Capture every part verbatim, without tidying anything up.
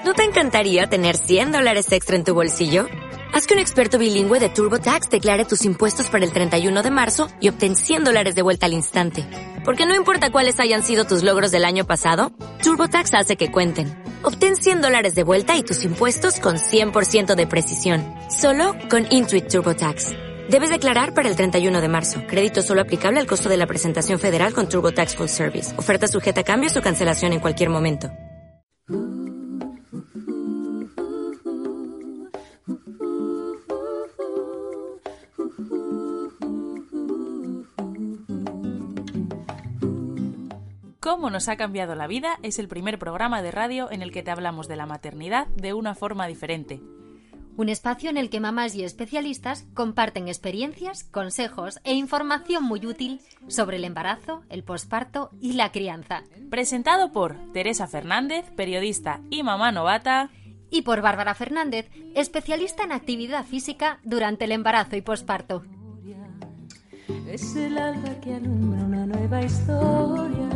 ¿No te encantaría tener cien dólares extra en tu bolsillo? Haz que un experto bilingüe de TurboTax declare tus impuestos para el treinta y uno de marzo y obtén cien dólares de vuelta al instante. Porque no importa cuáles hayan sido tus logros del año pasado, TurboTax hace que cuenten. Obtén cien dólares de vuelta y tus impuestos con cien por ciento de precisión. Solo con Intuit TurboTax. Debes declarar para el treinta y uno de marzo. Crédito solo aplicable al costo de la presentación federal con TurboTax Full Service. Oferta sujeta a cambios o cancelación en cualquier momento. Cómo nos ha cambiado la vida es el primer programa de radio en el que te hablamos de la maternidad de una forma diferente. Un espacio en el que mamás y especialistas comparten experiencias, consejos e información muy útil sobre el embarazo, el posparto y la crianza. Presentado por Teresa Fernández, periodista y mamá novata, y por Bárbara Fernández, especialista en actividad física durante el embarazo y posparto. Es el alba que alumbra una nueva historia.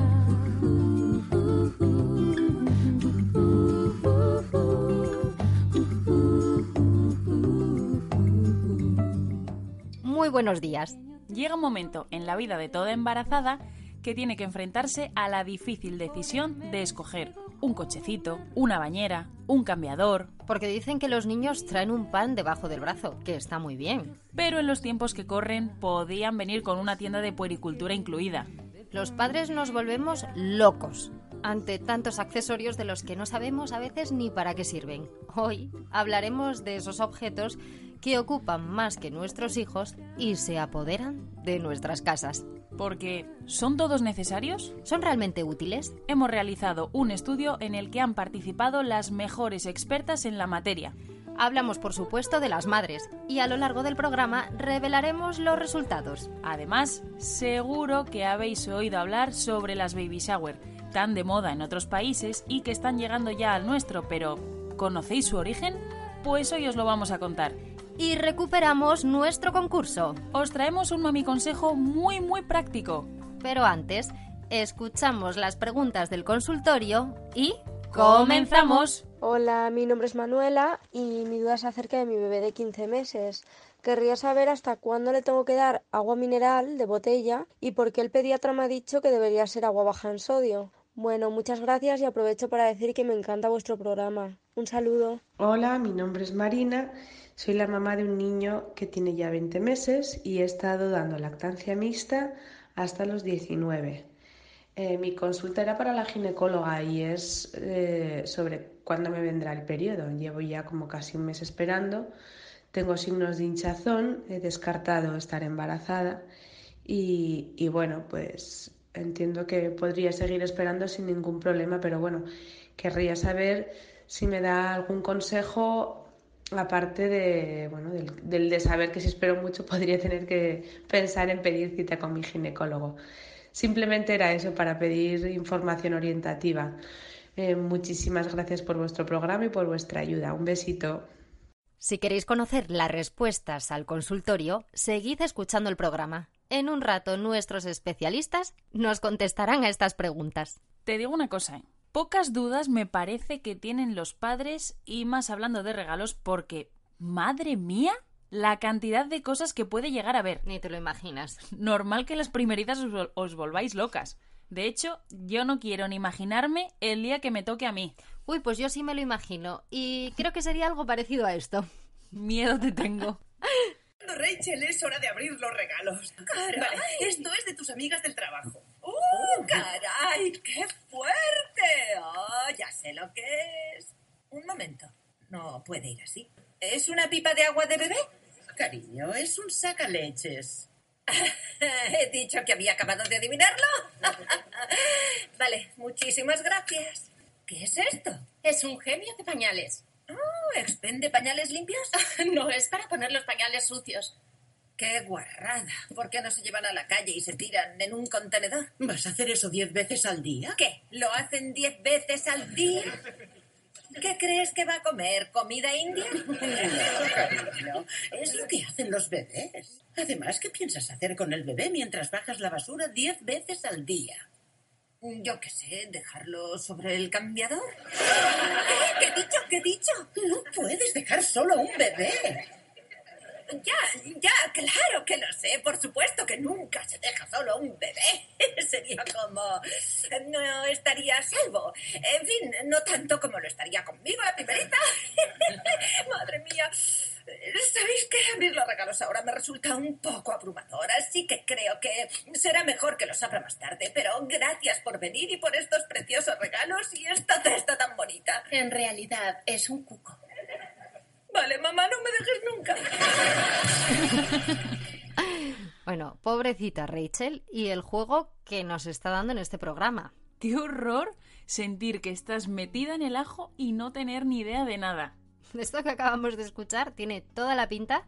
Muy buenos días. Llega un momento en la vida de toda embarazada que tiene que enfrentarse a la difícil decisión de escoger un cochecito, una bañera, un cambiador. Porque dicen que los niños traen un pan debajo del brazo, que está muy bien. Pero en los tiempos que corren podían venir con una tienda de puericultura incluida. Los padres nos volvemos locos ante tantos accesorios de los que no sabemos a veces ni para qué sirven. Hoy hablaremos de esos objetos que ocupan más que nuestros hijos y se apoderan de nuestras casas. Porque ¿son todos necesarios? ¿Son realmente útiles? Hemos realizado un estudio en el que han participado las mejores expertas en la materia. Hablamos, por supuesto, de las madres y a lo largo del programa revelaremos los resultados. Además, seguro que habéis oído hablar sobre las baby shower, tan de moda en otros países y que están llegando ya al nuestro, pero ¿conocéis su origen? Pues hoy os lo vamos a contar. Y recuperamos nuestro concurso. Os traemos un mamiconsejo muy muy práctico. Pero antes, escuchamos las preguntas del consultorio y ¡comenzamos! Hola, mi nombre es Manuela y mi duda es acerca de mi bebé de quince meses. Querría saber hasta cuándo le tengo que dar agua mineral de botella y por qué el pediatra me ha dicho que debería ser agua baja en sodio. Bueno, muchas gracias y aprovecho para decir que me encanta vuestro programa. Un saludo. Hola, mi nombre es Marina. Soy la mamá de un niño que tiene ya veinte meses y he estado dando lactancia mixta hasta los diecinueve. Eh, mi consulta era para la ginecóloga y es eh, sobre cuándo me vendrá el periodo. Llevo ya como casi un mes esperando. Tengo signos de hinchazón, he descartado estar embarazada y, y bueno, pues entiendo que podría seguir esperando sin ningún problema, pero bueno, querría saber si me da algún consejo. Aparte de, bueno, del, del de saber que si espero mucho podría tener que pensar en pedir cita con mi ginecólogo. Simplemente era eso, para pedir información orientativa. Eh, muchísimas gracias por vuestro programa y por vuestra ayuda. Un besito. Si queréis conocer las respuestas al consultorio, seguid escuchando el programa. En un rato nuestros especialistas nos contestarán a estas preguntas. Te digo una cosa, ¿eh? Pocas dudas me parece que tienen los padres, y más hablando de regalos, porque, ¡madre mía!, la cantidad de cosas que puede llegar a ver. Ni te lo imaginas. Normal que las primeritas os, os volváis locas. De hecho, yo no quiero ni imaginarme el día que me toque a mí. Uy, pues yo sí me lo imagino, y creo que sería algo parecido a esto. Miedo te tengo. Rachel, es hora de abrir los regalos. Caray. Vale, esto es de tus amigas del trabajo. ¡Oh, caray! ¡Qué fuerte! Oh, ya sé lo que es. Un momento, no puede ir así. ¿Es una pipa de agua de bebé? Cariño, es un sacaleches. He dicho que había acabado de adivinarlo. Vale, muchísimas gracias. ¿Qué es esto? Es un genio de pañales. Oh, ¿expende pañales limpios? No, es para poner los pañales sucios. ¡Qué guarrada! ¿Por qué no se llevan a la calle y se tiran en un contenedor? ¿Vas a hacer eso diez veces al día? ¿Qué? ¿Lo hacen diez veces al día? ¿Qué crees que va a comer? ¿Comida india? No, cariño, es lo que hacen los bebés. Además, ¿qué piensas hacer con el bebé mientras bajas la basura diez veces al día? Yo qué sé, dejarlo sobre el cambiador. ¿Qué? ¿Qué he dicho? ¿Qué he dicho? No puedes dejar solo a un bebé. Ya, ya, claro que lo sé. Por supuesto que nunca se deja solo a un bebé. Sería como... no estaría a salvo. En fin, no tanto como lo estaría conmigo la primerita. Madre mía. ¿Sabéis qué? Abrir los regalos ahora me resulta un poco abrumador, así que creo que será mejor que los abra más tarde. Pero gracias por venir y por estos preciosos regalos y esta cesta tan bonita. En realidad es un cuco. Vale, mamá, no me dejes nunca. Bueno, pobrecita Rachel y el juego que nos está dando en este programa. ¡Qué horror! Sentir que estás metida en el ajo y no tener ni idea de nada. Esto que acabamos de escuchar tiene toda la pinta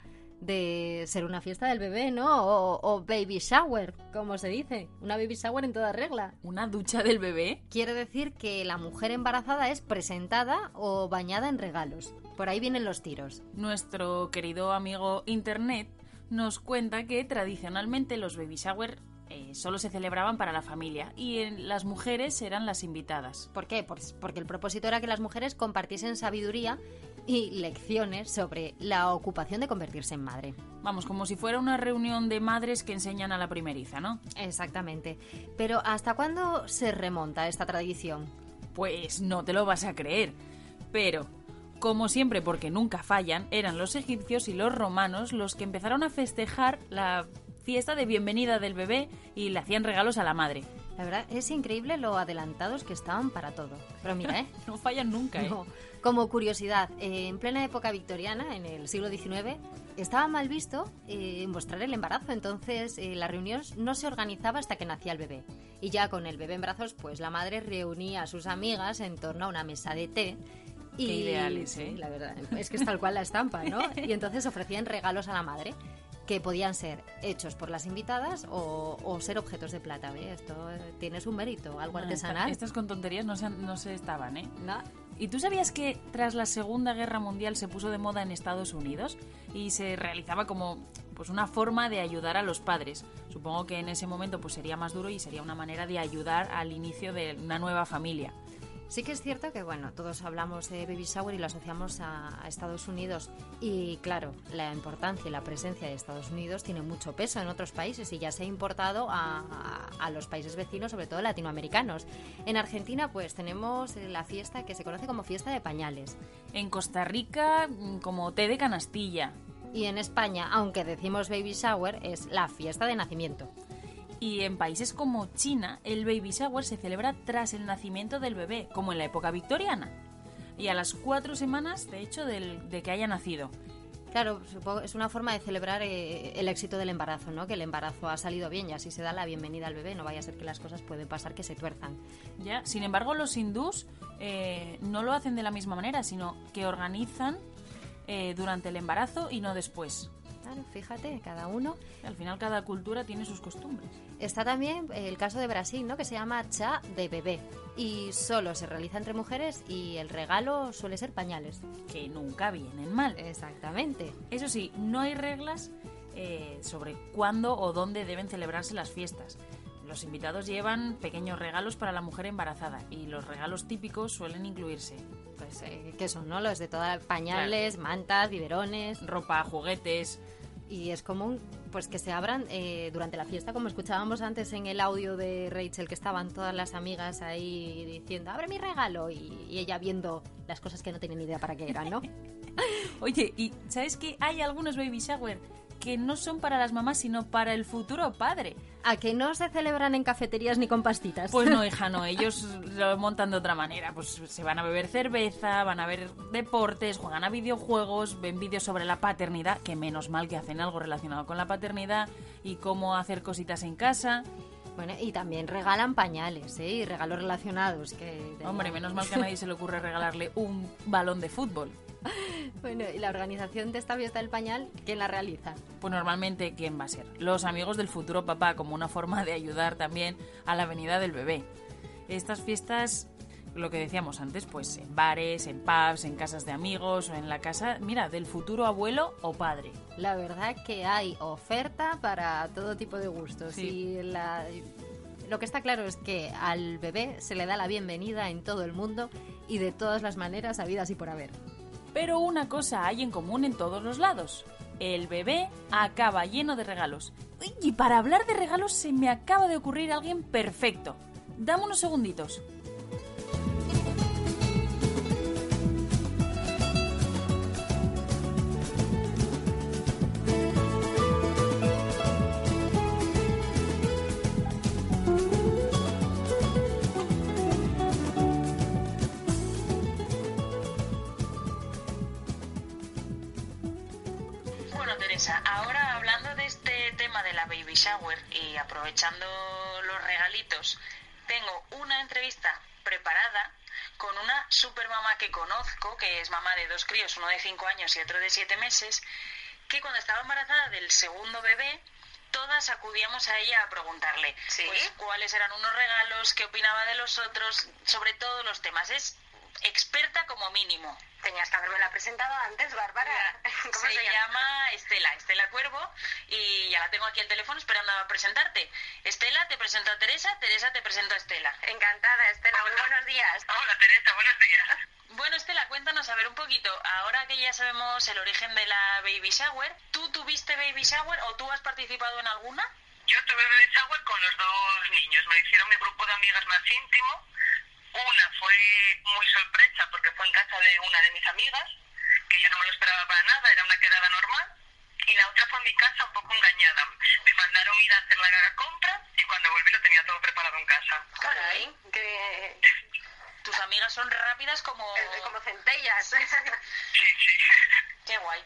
de ser una fiesta del bebé, ¿no? O, o baby shower, como se dice. Una baby shower en toda regla. ¿Una ducha del bebé? Quiere decir que la mujer embarazada es presentada o bañada en regalos. Por ahí vienen los tiros. Nuestro querido amigo Internet nos cuenta que tradicionalmente los baby shower eh, solo se celebraban para la familia y eh, las mujeres eran las invitadas. ¿Por qué? Pues porque el propósito era que las mujeres compartiesen sabiduría y lecciones sobre la ocupación de convertirse en madre. Vamos, como si fuera una reunión de madres que enseñan a la primeriza, ¿no? Exactamente. Pero ¿hasta cuándo se remonta esta tradición? Pues no te lo vas a creer. Pero, como siempre, porque nunca fallan, eran los egipcios y los romanos los que empezaron a festejar la fiesta de bienvenida del bebé y le hacían regalos a la madre. La verdad, es increíble lo adelantados que estaban para todo. Pero mira, ¿eh? No fallan nunca, ¿eh? No. Como curiosidad, eh, en plena época victoriana, en el siglo diecinueve, estaba mal visto eh, mostrar el embarazo. Entonces, eh, la reunión no se organizaba hasta que nacía el bebé. Y ya con el bebé en brazos, pues la madre reunía a sus amigas en torno a una mesa de té. Y, qué ideales, ¿eh? Sí, la verdad, es que es tal cual la estampa, ¿no? Y entonces ofrecían regalos a la madre, que podían ser hechos por las invitadas o, o ser objetos de plata. ¿Ve? Esto eh, tienes un mérito, algo Ah, artesanal. Estas con tonterías no se, no se estaban, ¿eh? No. ¿Y tú sabías que tras la Segunda Guerra Mundial se puso de moda en Estados Unidos y se realizaba como pues una forma de ayudar a los padres? Supongo que en ese momento pues sería más duro y sería una manera de ayudar al inicio de una nueva familia. Sí que es cierto que, bueno, todos hablamos de baby shower y lo asociamos a, a Estados Unidos. Y, claro, la importancia y la presencia de Estados Unidos tiene mucho peso en otros países y ya se ha importado a, a, a los países vecinos, sobre todo latinoamericanos. En Argentina, pues, tenemos la fiesta que se conoce como fiesta de pañales. En Costa Rica, como té de canastilla. Y en España, aunque decimos baby shower, es la fiesta de nacimiento. Y en países como China, el baby shower se celebra tras el nacimiento del bebé, como en la época victoriana. Y a las cuatro semanas, de hecho, del, de que haya nacido. Claro, supongo es una forma de celebrar eh, el éxito del embarazo, ¿no? Que el embarazo ha salido bien y así se da la bienvenida al bebé. No vaya a ser que las cosas pueden pasar que se tuerzan. Ya, sin embargo, los hindús eh, no lo hacen de la misma manera, sino que organizan eh, durante el embarazo y no después. Claro, fíjate, cada uno. Al final, cada cultura tiene sus costumbres. Está también el caso de Brasil, ¿no? Que se llama chá de bebé. Y solo se realiza entre mujeres y el regalo suele ser pañales. Que nunca vienen mal. Exactamente. Eso sí, no hay reglas eh, sobre cuándo o dónde deben celebrarse las fiestas. Los invitados llevan pequeños regalos para la mujer embarazada y los regalos típicos suelen incluirse. Pues, eh, ¿qué son, no? Los de todas, pañales, claro, mantas, biberones, ropa, juguetes. Y es común pues que se abran eh, durante la fiesta, como escuchábamos antes en el audio de Rachel, que estaban todas las amigas ahí diciendo, abre mi regalo, y, y ella viendo las cosas que no tenía ni idea para qué eran, ¿no? Oye, ¿y sabes que hay algunos baby shower que no son para las mamás, sino para el futuro padre? ¿A que no se celebran en cafeterías ni con pastitas? Pues no, hija, no. Ellos lo montan de otra manera. Pues se van a beber cerveza, van a ver deportes, juegan a videojuegos, ven vídeos sobre la paternidad, que menos mal que hacen algo relacionado con la paternidad y cómo hacer cositas en casa. Bueno, y también regalan pañales, ¿eh? Y regalos relacionados. Que Hombre, menos mal que a nadie se le ocurre regalarle un balón de fútbol. Bueno, ¿y la organización de esta fiesta del pañal, quién la realiza? Pues normalmente, ¿quién va a ser? Los amigos del futuro papá, como una forma de ayudar también a la venida del bebé. Estas fiestas, lo que decíamos antes, pues en bares, en pubs, en casas de amigos o en la casa, mira, del futuro abuelo o padre. La verdad que hay oferta para todo tipo de gustos. Sí. Y la... Lo que está claro es que al bebé se le da la bienvenida en todo el mundo y de todas las maneras habidas y por haber. Pero una cosa hay en común en todos los lados. El bebé acaba lleno de regalos. Y para hablar de regalos se me acaba de ocurrir alguien perfecto. Dame unos segunditos. Ahora, hablando de este tema de la baby shower y aprovechando los regalitos, tengo una entrevista preparada con una super mamá que conozco, que es mamá de dos críos, uno de cinco años y otro de siete meses, que cuando estaba embarazada del segundo bebé, todas acudíamos a ella a preguntarle ¿Sí? pues, cuáles eran unos regalos, qué opinaba de los otros, sobre todos los temas. Es experta como mínimo. Tenías que haberme la presentado antes, Bárbara. ¿Cómo se, se llama? llama Estela, Estela Cuervo, y ya la tengo aquí al teléfono esperando a presentarte. Estela, te presento a Teresa, Teresa te presento a Estela. Encantada, Estela, muy buenos días. Hola, Teresa, buenos días. Bueno, Estela, cuéntanos a ver un poquito, ahora que ya sabemos el origen de la baby shower, ¿tú tuviste baby shower o tú has participado en alguna? Yo tuve baby shower con los dos niños, me hicieron mi grupo de amigas más íntimo. Una fue muy sorpresa porque fue en casa de una de mis amigas, que yo no me lo esperaba para nada, era una quedada normal. Y la otra fue en mi casa un poco engañada. Me mandaron ir a hacer la compra y cuando volví lo tenía todo preparado en casa. Caray, que... Tus amigas son rápidas como... como centellas. Sí, sí. Qué guay.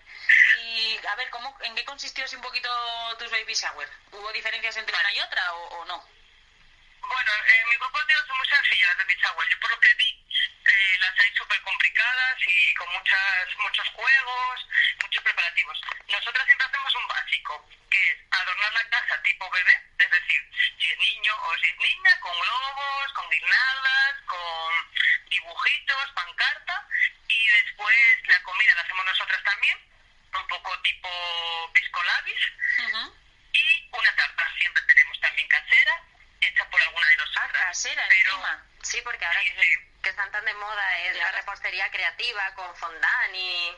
Y a ver, ¿cómo, ¿en qué consistió así un poquito tus baby shower? ¿Hubo diferencias entre una y otra o, o no? Bueno, eh, mi grupo de amigos son muy sencillas las baby shower. Yo por lo que vi, eh, las hay súper complicadas y con muchas muchos juegos, muchos preparativos. Nosotras siempre hacemos un básico, que es adornar la casa tipo bebé, es decir, si es niño o si es niña, con globos, con guirnaldas, con dibujitos, pancarta, y después la comida la hacemos nosotras también, un poco tipo pisco labis, uh-huh. Y una tarta siempre tenemos también casera, hecha por alguna de nosotras. Ah, casera, pero... encima. Sí, porque ahora sí, que, sí. que están tan de moda es la repostería creativa con fondant y,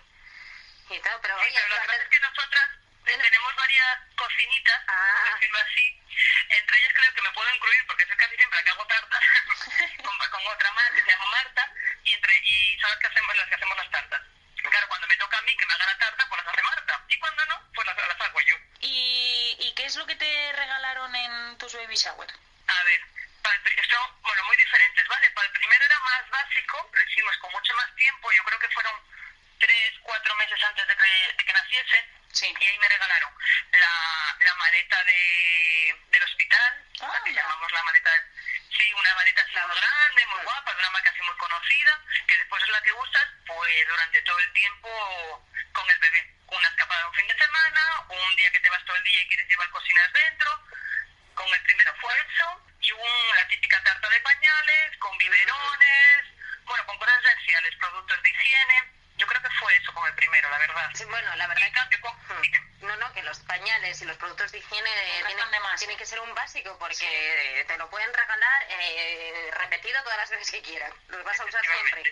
y todo, pero sí, oye... Pero la verdad es que nosotras ¿Tienes? tenemos varias cocinitas, ah. por decirlo así. Entre ellas creo que me puedo incluir, porque soy casi siempre la que hago tartas, con, con otra más que se llama Marta, y entre y son las que hacemos, las que hacemos las tartas. Claro, cuando me toca a mí que me haga la tarta, pues las hace Marta. Y cuando no, pues las, las hago yo. ¿Y, ¿Y qué es lo que te regalaron en tus baby shower? A ver, para el, son, bueno, muy diferentes, ¿vale? Para el primero era más básico, lo hicimos con mucho más tiempo, yo creo que fueron tres, cuatro meses antes de que, de que naciese, sí. Y ahí me regalaron la, la maleta de, del hospital, ah, la que no. llamamos la maleta, sí, una maleta así muy grande, muy guapa, de una marca así muy conocida, que después es la que usas, pues durante todo el tiempo con el bebé. Una escapada de un fin de semana, un día que te vas todo el día y quieres llevar cocinas dentro. Con el primero fue eso, y un, la típica tarta de pañales, con biberones, bueno, con cosas esenciales, productos de higiene. Yo creo que fue eso con el primero, la verdad. Sí, bueno, la verdad que... Yo, con... No, no, que los pañales y los productos de higiene tienen, tienen que ser un básico, porque sí. Te lo pueden regalar eh, repetido todas las veces que quieran. Los vas a usar siempre.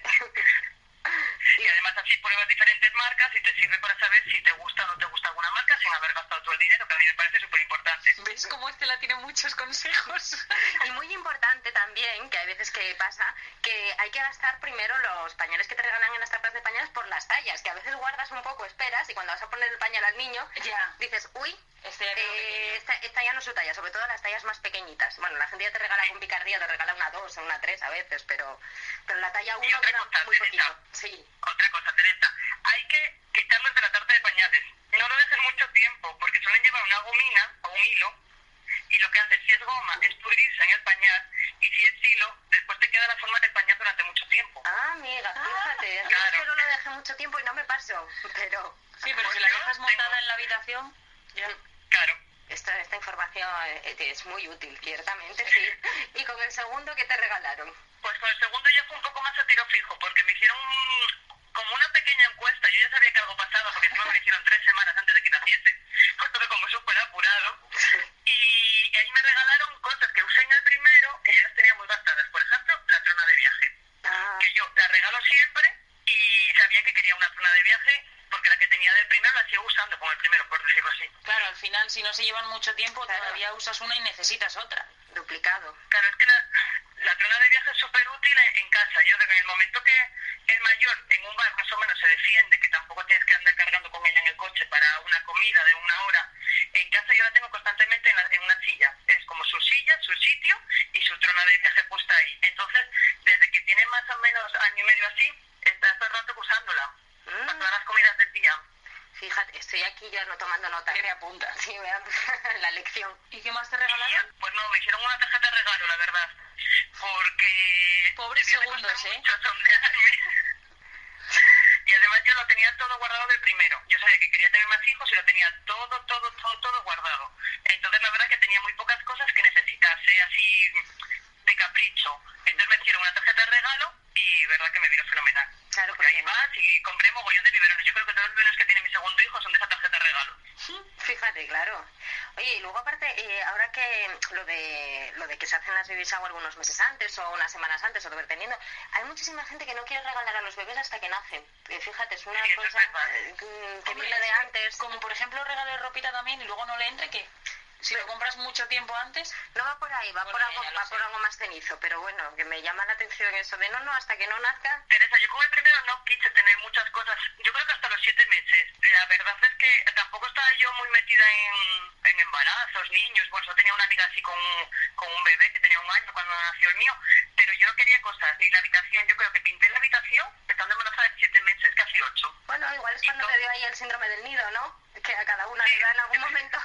Y además así pruebas diferentes marcas y te sirve para saber si te gusta o no te gusta alguna marca sin haber gastado todo el dinero, que a mí me parece súper importante. ¿Ves cómo Estela tiene muchos consejos? Y muy importante también, que hay veces que pasa, que hay que gastar primero los pañales que te regalan en las tartas de pañales por las tallas, que a veces guardas un poco, esperas, y cuando vas a poner el pañal al niño, ya dices, uy, este eh, esta, esta ya no es su talla, sobre todo las tallas más pequeñitas. Bueno, la gente ya te regala con picardía, te regala una dos o una tres a veces, pero, pero la talla uno queda muy poquito. Sí. Otra cosa, Teresa, hay que quitarlos de la tarta de pañales. No lo dejes mucho tiempo, porque suelen llevar una gomina o un hilo, y lo que hace, si es goma, es pudrirse en el pañal, y si es hilo, después te queda la forma del pañal durante mucho tiempo. Ah, amiga, fíjate, ah, claro. Es que no lo dejé mucho tiempo y no me pasó, pero... Sí, pero si la dejas montada tengo... en la habitación, ya... Claro. Esta, esta información es muy útil, ciertamente, sí. ¿Y con el segundo qué te regalaron? Pues con el segundo ya fue un poco más a tiro fijo, porque me hicieron un, como una pequeña encuesta. Yo ya sabía que algo pasaba, porque encima me lo hicieron tres semanas antes de que naciese. Fue todo como súper apurado. Y ahí me regalaron cosas que usé en el primero sigo usando con el primero, por decirlo así. Claro, al final, si no se llevan mucho tiempo, claro, todavía usas una y necesitas otra. Duplicado. Claro, es que la, la trona de viaje es súper útil en, en casa. Yo, en el momento que el mayor en un bar más o menos se defiende, que tampoco tienes que andar cargando con ella en el coche para una comida de una hora, en casa yo la tengo constantemente en, la, en una silla. Es como su silla, su sitio y su trona de viaje puesta ahí. Entonces, desde que tiene más o menos año y medio así, está todo el rato usándola. Mm. Para todas las comidas del día. Fíjate, estoy aquí ya no tomando nota. ¿Qué me apunta? Sí, me da la lección. ¿Y qué más te regalaron? Pues no, me hicieron una tarjeta de regalo, la verdad. Porque... Pobres segundos, ¿eh? Mucho sondearme. Y además yo lo tenía todo guardado del primero. Yo sabía que quería tener más hijos y lo tenía todo, todo, todo, todo guardado. Entonces la verdad es que tenía muy pocas cosas que necesitase así de capricho. Entonces me hicieron una tarjeta de regalo y verdad que me vino fenomenal. Claro, porque ahí vas y compré mogollón de biberones. Yo creo que todos los biberones que tiene mi segundo hijo son de esa tarjeta de regalo. Fíjate, claro. Oye, y luego aparte, eh, ahora que lo de lo de que se hacen las baby shower algunos meses antes o unas semanas antes o dependiendo, hay muchísima gente que no quiere regalar a los bebés hasta que nacen. Eh, fíjate, es una sí, cosa eh, que viene de antes. Como por ejemplo regalar ropita también y luego no le entre, ¿qué? Si lo compras mucho tiempo antes... No va por ahí, va, bueno, por, algo, va por algo más cenizo, pero bueno, que me llama la atención eso de no, no, hasta que no nazca... Teresa, yo con el primero no quise tener muchas cosas, yo creo que hasta los siete meses. La verdad es que tampoco estaba yo muy metida en, en embarazos, niños, bueno, yo tenía una amiga así con, con un bebé que tenía un año cuando nació el mío, pero yo no quería cosas, y la habitación, yo creo que pinté la habitación estando embarazada de siete meses, casi ocho. Bueno, igual es y cuando todo... te dio ahí el síndrome del nido, ¿no? Que a cada una le da en algún momento...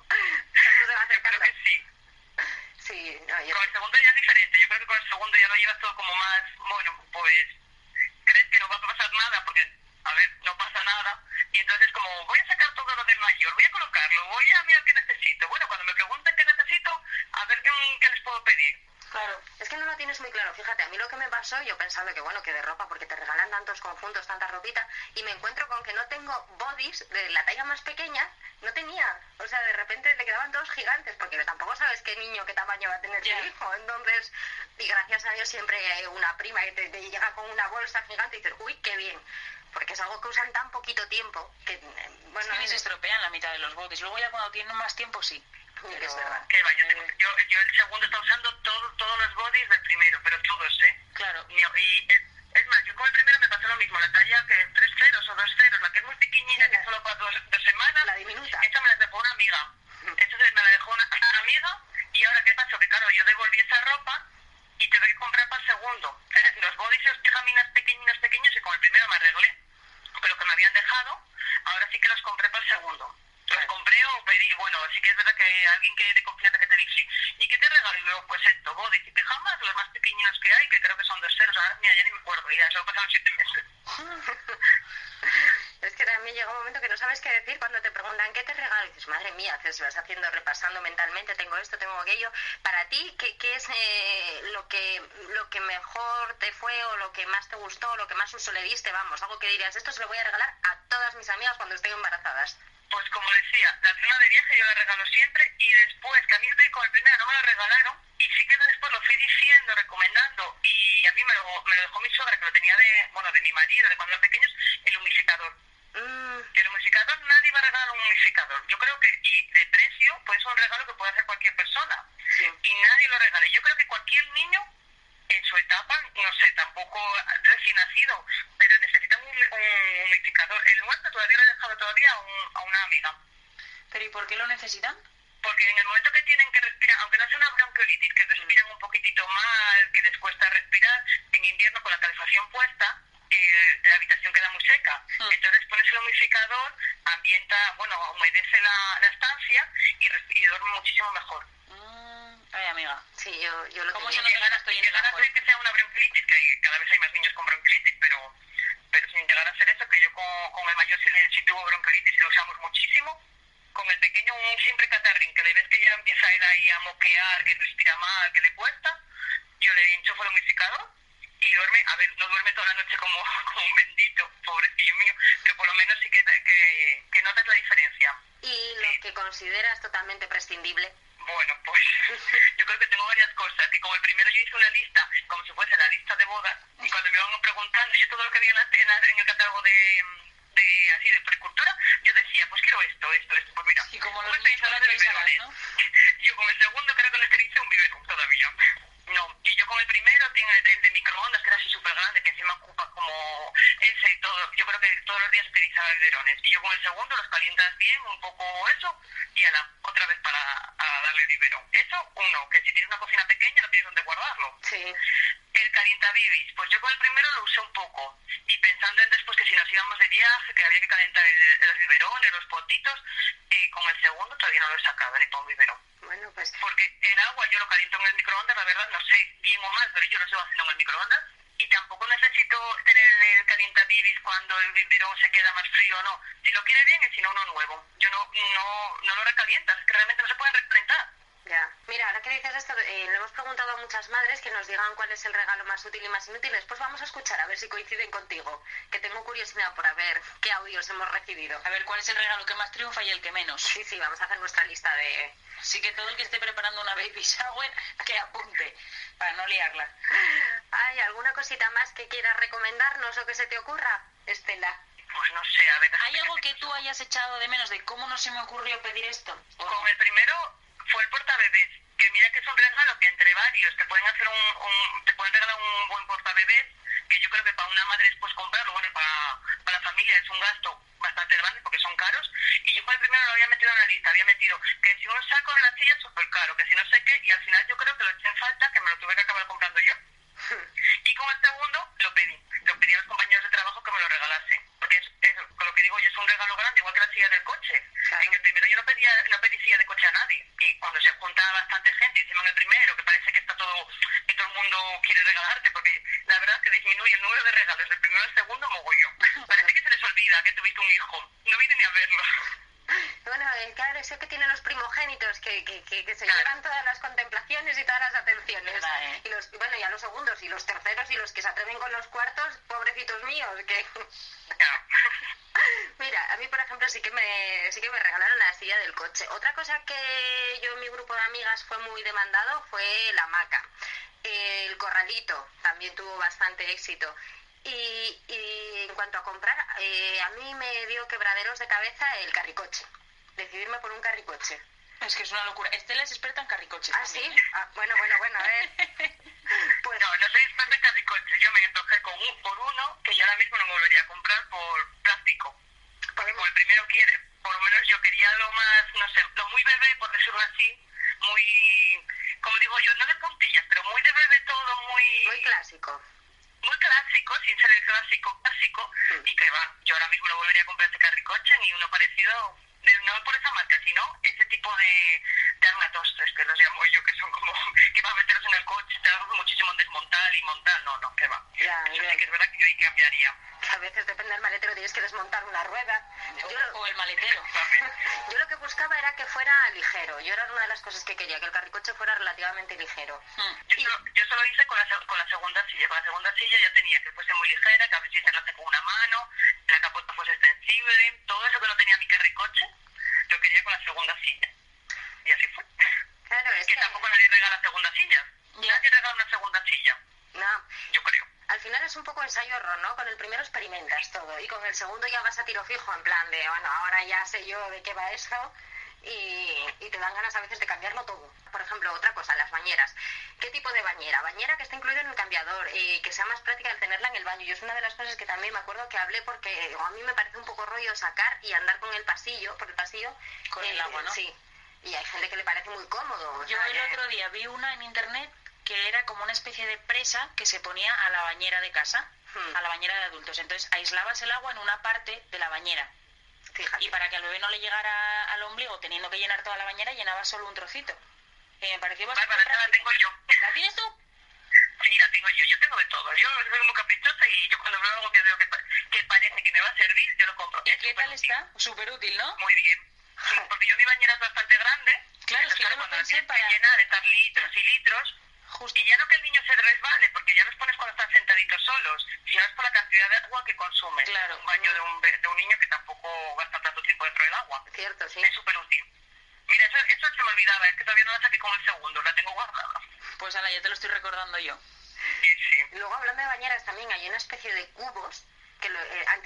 Yo creo que sí. Sí, no, yo... Con el segundo ya es diferente. Yo creo que con el segundo ya lo llevas todo como más, bueno, pues crees que no va a pasar nada, porque, a ver, no pasa nada. Y entonces como, voy a sacar todo lo del mayor, voy a colocarlo, voy a mirar qué necesito. Bueno, cuando me pregunten qué necesito, a ver qué, qué les puedo pedir. Claro, es que no lo tienes muy claro. Fíjate, a mí lo que me pasó, yo pensando que bueno, que de ropa, porque te regalan tantos conjuntos, tanta ropita, y me encuentro con que no tengo bodies de la talla más pequeña, no tenía. O sea, de repente le quedaban todos gigantes, porque tampoco sabes qué niño, qué tamaño va a tener tu hijo. Entonces, y gracias a Dios siempre hay una prima que te, te llega con una bolsa gigante y dices, uy, qué bien. Porque es algo que usan tan poquito tiempo que, bueno... Es que ni se estropean la mitad de los bodies. Luego ya cuando tienen más tiempo, sí. Pero... Es verdad. Que va, yo, tengo, yo, yo el segundo está usando todo, todos los bodies del primero, pero todos, ¿eh? Claro. Y, y es, es más, yo con el primero me pasó lo mismo, la talla que es tres ceros o dos ceros, la que es muy pequeñina, sí, que solo para dos, dos semanas, la diminuta. Esa me la dejó una amiga. Esa me la dejó una, una amiga, y ahora ¿qué pasó? Que claro, yo devolví esa ropa y tuve que comprar para el segundo. Es decir, los bodies y los pijaminas pequeñinos, pequeños, y con el primero me arreglé, pero que me habían dejado, ahora sí que los compré para el segundo. Los compré o pedí, bueno, sí que es verdad que hay alguien que de confianza que te dice, ¿y qué te regalo? Y luego, pues esto, bodies y pijamas, los más pequeñinos que hay, que creo que son dos ceros, ahora mira, ya ni me acuerdo, y ya solo pasaron siete meses. Es que también llega un momento que no sabes qué decir cuando te preguntan ¿qué te regalo? Y dices, madre mía, haces, vas haciendo, repasando mentalmente, tengo esto, tengo aquello. Para ti, ¿qué, qué es eh, lo que lo que mejor te fue o lo que más te gustó o lo que más uso le diste? Vamos, algo que dirías, esto se lo voy a regalar a todas mis amigas cuando estén embarazadas. Pues como decía, la prima de viaje yo la regalo siempre, y después, que a mí con el primero no me lo regalaron, y sí que después lo fui diciendo, recomendando, y a mí me lo, me lo dejó mi suegra, que lo tenía de, bueno, de mi marido, de cuando eran pequeños, el humidificador. Mm. El humidificador, nadie va a regalar un humidificador. Yo creo que, y de precio, pues es un regalo que puede hacer cualquier persona. Sí. Y nadie lo regala. Yo creo que cualquier niño, en su etapa, no sé, tampoco recién nacido, pero necesita un, un humidificador. El nuestro todavía lo he dejado todavía a, un, a una amiga. ¿Pero y por qué lo necesitan? Porque en el momento que tienen que respirar, aunque no sea una bronquiolitis, que respiran un poquitito mal, que les cuesta respirar, en invierno con la calefacción puesta, eh, la habitación queda muy seca. Mm. Entonces pones el humidificador, ambienta, bueno, humedece la, la estancia y, y duerme muchísimo mejor. Mm. Ay, amiga. Sí, yo, yo lo ¿Cómo tenía. se nota que estoy en llegar a ser que sea una bronquiolitis, que hay, cada vez hay más niños con bronquiolitis, pero, pero sin llegar a ser eso, que yo con, con el mayor sí, le, sí tuvo bronquiolitis y lo usamos muchísimo. Con el pequeño un simple catarrín, que le ves que ya empieza él ahí a moquear, que respira mal, que le cuesta, yo le enchufo el humidificador y duerme, a ver, no duerme toda la noche como, como un bendito, pobrecillo mío, pero por lo menos sí que, que, que notas la diferencia. ¿Y lo sí. que consideras totalmente prescindible? Bueno, pues yo creo que tengo varias cosas, que como el primero yo hice una lista, como si fuese la lista de bodas, y cuando me iban preguntando, yo todo lo que vi en, la, en, la, en el catálogo de... de de así de puricultura, yo decía, pues quiero esto, esto, esto. Pues mira, y como un los esterizador de biberones. ¿No? Yo con el segundo creo que no esterilicé un biberón todavía. No, y yo con el primero tengo el, el de microondas, que era así súper grande, que encima ocupa como ese y todo. Yo creo que todos los días esterilizaba biberones. Y yo con el segundo los calientas bien, un poco eso, y a la otra vez para a darle el biberón. Eso, uno, que si tienes una cocina pequeña no tienes dónde guardarlo. Sí. El calientabibis, pues yo con el primero lo usé un poco. Y pensando en después que si nos íbamos de viaje, que había que calentar el, los biberones, los potitos, eh, con el segundo todavía no lo he sacado ni para un biberón. Bueno, pues... Porque el agua yo lo caliento en el microondas, la verdad, no sé bien o mal, pero yo lo sigo haciendo en el microondas. Y tampoco necesito tener el calientabibis cuando el biberón se queda más frío o no. Si lo quiere bien, y si no, uno nuevo. Yo no, no, no lo recalientas, es que realmente no se pueden recalentar. Ya. Mira, ahora que dices esto, eh, le hemos preguntado a muchas madres que nos digan cuál es el regalo más útil y más inútil. Después vamos a escuchar a ver si coinciden contigo, que tengo curiosidad por a ver qué audios hemos recibido. A ver cuál es el regalo que más triunfa y el que menos. Sí, sí, vamos a hacer nuestra lista de... Así que todo el que esté preparando una baby shower, que apunte, para no liarla. ¿Hay alguna cosita más que quieras recomendarnos o que se te ocurra, Estela? Pues no sé, a ver... ¿Hay algo que tú hayas echado de menos de cómo no se me ocurrió pedir esto? Con el primero... fue el portabebés, que mira que es un regalo que entre varios te pueden hacer un, un te pueden regalar un buen portabebés, que yo creo que para una madre después comprarlo, bueno, para, para la familia es un gasto bastante grande porque son caros, y yo con el primero lo había metido en la lista, había metido que si un saco en la silla es súper caro, que si no sé qué, y al final yo creo que lo eché en falta, que me lo tuve que acabar comprando yo. Y con el segundo lo pedí, lo pedí a los compañeros de trabajo que me lo regalasen, porque es, es lo que digo yo, es un regalo grande, igual que la silla del coche. Claro. En el primero yo no pedía, no pedí silla de coche a nadie, y cuando se junta bastante gente, y encima en el primero, que parece que está todo, que todo el mundo quiere regalarte, porque la verdad es que disminuye el número de regalos del primero al segundo mogollón. Parece que se les olvida que tuviste un hijo, no viene ni a verlo. Bueno, claro, eso que tienen los primogénitos, que, que, que, que se claro. llevan todas las contemplaciones y todas las atenciones. ¿Verdad, eh? Y los, bueno, ya los segundos y los terceros y los que se atreven con los cuartos, pobrecitos míos, que... Claro. Mira, a mí, por ejemplo, sí que me sí que me regalaron la silla del coche. Otra cosa que yo en mi grupo de amigas fue muy demandado fue la hamaca. El corralito también tuvo bastante éxito. Y, y en cuanto a comprar, eh, a mí me dio quebraderos de cabeza el carricoche. Decidirme por un carricoche. Es que es una locura. Estela es experta en carricoches. ¿Ah, también, sí? ¿eh? Ah, bueno, bueno, bueno, a ver. Pues... No, no soy experta en carricoches. Yo me entojé con un, por uno que yo ahora mismo no me volvería a comprar por plástico. Porque como el primero quiere, por lo menos yo quería lo más, no sé, lo muy bebé, por decirlo así, muy, como digo yo, no de puntillas, pero muy de bebé todo, muy... Muy clásico. Muy clásico, sin ser el clásico clásico, mm. y que va, yo ahora mismo no volvería a comprar este carricoche ni uno parecido, de, no por esa marca, sino ese tipo de, de armatostres, que los llamo yo, que son como, que para meterlos en el coche, te da muchísimo en desmontar y montar, no, no, que va. Ya, Eso ya. sí que es verdad que yo ahí cambiaría. A veces depende del maletero, tienes que desmontar una rueda. Yo, yo, o el maletero. Yo lo que buscaba era que fuera ligero. Yo era una de las cosas que quería, que el carricoche fuera relativamente ligero. Hmm. Yo, y... solo, yo solo hice con la, con la segunda silla. Con la segunda silla ya tenía que fuese muy ligera, que a veces se lo hace con una mano, la capota fuese extensible, todo eso que no tenía mi carricoche, lo quería con la segunda silla. Y así fue. Claro, es que, que tampoco nadie regala segunda silla. Ya. Nadie regala una segunda silla. No. Yo creo. Al final es un poco ensayo-error, ¿no? Con el primero experimentas todo y con el segundo ya vas a tiro fijo, en plan de, bueno, ahora ya sé yo de qué va esto y, y te dan ganas a veces de cambiarlo todo. Por ejemplo, otra cosa, las bañeras. ¿Qué tipo de bañera? Bañera que esté incluida en el cambiador y que sea más práctica el tenerla en el baño. Y es una de las cosas que también me acuerdo que hablé porque a mí me parece un poco rollo sacar y andar con el pasillo, por el pasillo. Con eh, el agua, ¿no? Sí. Y hay gente que le parece muy cómodo. Yo el otro día vi una en internet que era como una especie de presa que se ponía a la bañera de casa, hmm. a la bañera de adultos. Entonces aislabas el agua en una parte de la bañera. Fíjate. Y para que al bebé no le llegara al ombligo teniendo que llenar toda la bañera, llenaba solo un trocito. Eh, me pareció bastante Bárbara, práctico. la tengo yo. ¿La tienes tú? Sí, la tengo yo. Yo tengo de todo. Yo soy muy caprichosa y yo cuando veo algo que veo que, que parece que me va a servir, yo lo compro. ¿Y qué tal está? Súper útil, ¿no? Muy bien. Porque yo mi bañera es bastante grande. Claro, es que yo lo pensé para... llenar, estar litros y litros. Justo. Y ya no que el niño se resbale, porque ya los pones cuando están sentaditos solos, sino es por la cantidad de agua que consumen. Claro. Un baño de un, de un niño que tampoco gasta tanto tiempo dentro del agua. Cierto, sí. Es súper útil. Mira, eso, eso se me olvidaba, es que todavía no la saqué con el segundo, la tengo guardada. Pues ala, ya te lo estoy recordando yo. Sí, sí. Luego, hablando de bañeras, también hay una especie de cubos que lo, eh, anticólicos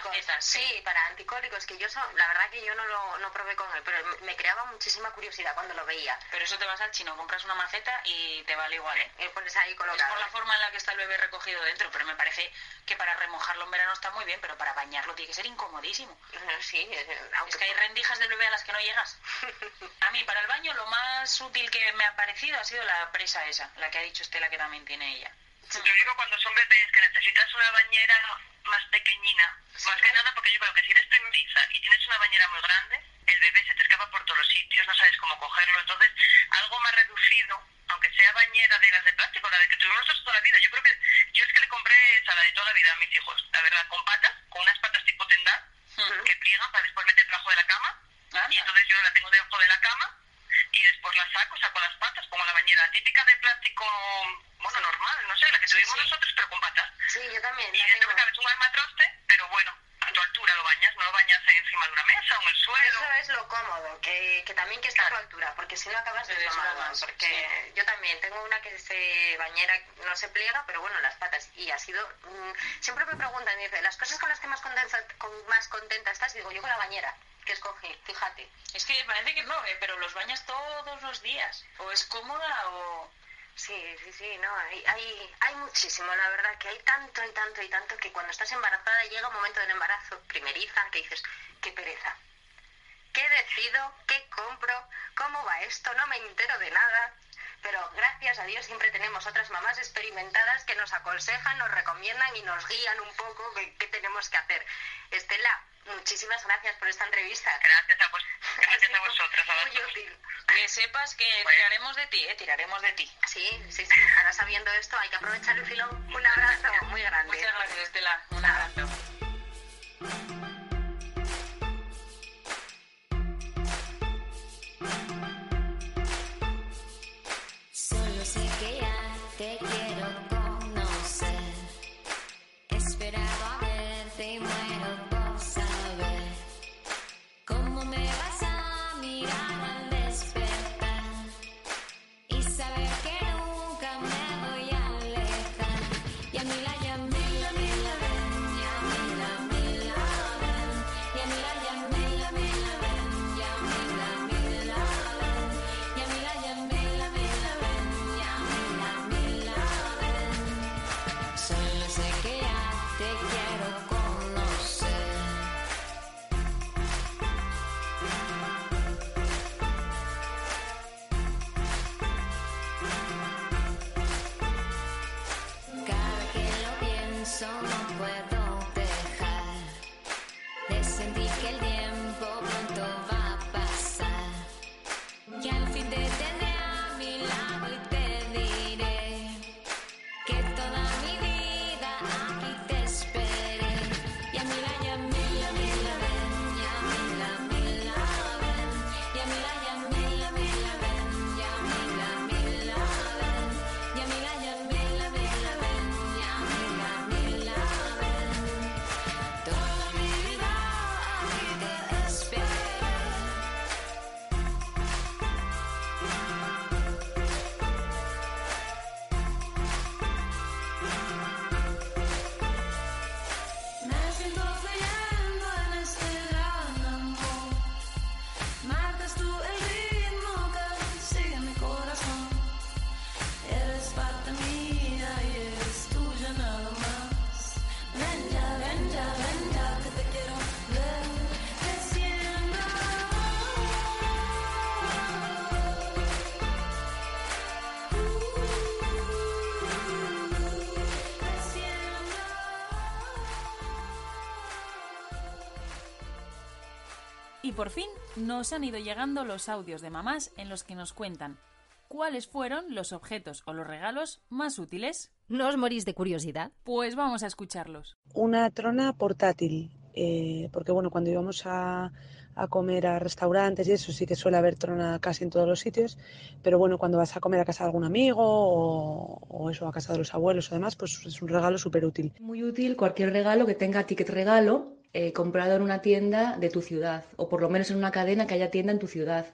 macetas, sí, sí. para anticólicos, que yo so, la verdad que yo no lo no probé con él, pero me creaba muchísima curiosidad cuando lo veía. Pero eso te vas al chino, compras una maceta y te vale igual, ¿eh? Y pones ahí colocado. Es por la forma en la que está el bebé recogido dentro, pero me parece que para remojarlo en verano está muy bien, pero para bañarlo tiene que ser incomodísimo. Sí, aunque es que hay rendijas del bebé a las que no llegas. A mí, para el baño, lo más útil que me ha parecido ha sido la presa esa, la que ha dicho Estela que también tiene ella. Yo digo cuando son bebés que necesitas una bañera más pequeñina, sí, más que nada porque yo creo que si eres primeriza y tienes una bañera muy grande, el bebé se te escapa por todos los sitios, no sabes cómo cogerlo, entonces algo más reducido, aunque sea bañera de las de plástico, la de que tuvimos nosotros toda la vida, yo creo que, yo es que le compré esa, la de toda la vida a mis hijos, la verdad, con patas, con unas patas tipo tendal, uh-huh. que pliegan para después meter debajo de la cama, uh-huh. y entonces yo la tengo debajo de la cama, y después la saco, saco las patas, pongo la bañera típica de plástico, bueno, sí. normal, no sé, la que tuvimos sí, sí. nosotros, pero con patas. Sí, yo también. Y dentro me cabes un armatroste, pero bueno, a tu altura lo bañas, no lo bañas encima de una mesa o en el suelo. Eso es lo cómodo, que, que también que está claro. a tu altura, porque si no acabas desfamando. Porque sí. yo también tengo una que se bañera, no se pliega, pero bueno, las patas. Y ha sido, mmm, siempre me preguntan, dice, las cosas con las que más contenta, con más contenta estás, digo, yo con la bañera. Que escogí, fíjate. Es que parece que no, ¿eh? Pero los bañas todos los días. O es cómoda o... Sí, sí, sí, no, hay, hay, hay muchísimo, la verdad, que hay tanto y tanto y tanto que cuando estás embarazada llega un momento del embarazo, primeriza, que dices, qué pereza. ¿Qué decido? ¿Qué compro? ¿Cómo va esto? No me entero de nada. Pero gracias a Dios siempre tenemos otras mamás experimentadas que nos aconsejan, nos recomiendan y nos guían un poco qué, qué tenemos que hacer. Estela, muchísimas gracias por esta entrevista. Gracias a, vos, gracias a vosotras. A muy útil. Que sepas que bueno. tiraremos de ti, ¿eh? Tiraremos de ti. Sí, sí, sí. Ahora sabiendo esto hay que aprovechar el filón. Un abrazo muy grande. Muchas gracias, Estela. Un abrazo. Solo sé que ya te quiero conocer. Esperaba verte y muero por saber cómo me vas a mirar al despertar y saber que nunca me voy a alejar. Y a mí la llamé, la me la ven, y a mí la me la ven, y a mí la llamé, la me la ven, y a mí la me la ven, y a mí la llamé, la me la ven, y a mí la me la ven. Solo sé que ya te quiero conocer. Cada que lo pienso no puedo dejar de sentir que el tiempo pronto va a pasar. Y al fin te tendré a mi lado y te diré que toda mi vida aquí te esperé. Y a mí la llamé, la me la ven, y a mí la me la ven, y a mí la llamé, la me la ven, y a mí la me la ven, y a mí la llamé, la me la ven, y a mí la me la ven. Toda mi vida aquí te esperé. Me siento fluyendo en este gran amor. Marcas tú el ritmo que sigue mi corazón. Eres parte mía y eres tuya nada más. Ven ya, ven ya, ven ya que te quiero ver creciendo. Y por fin nos han ido llegando los audios de mamás en los que nos cuentan cuáles fueron los objetos o los regalos más útiles. ¿No os morís de curiosidad? Pues vamos a escucharlos. Una trona portátil, eh, porque bueno, cuando íbamos a, a comer a restaurantes y eso sí que suele haber trona casi en todos los sitios, pero bueno, cuando vas a comer a casa de algún amigo o, o eso, a casa de los abuelos o demás, pues es un regalo súper útil. Muy útil cualquier regalo que tenga ticket regalo eh, comprado en una tienda de tu ciudad o por lo menos en una cadena que haya tienda en tu ciudad,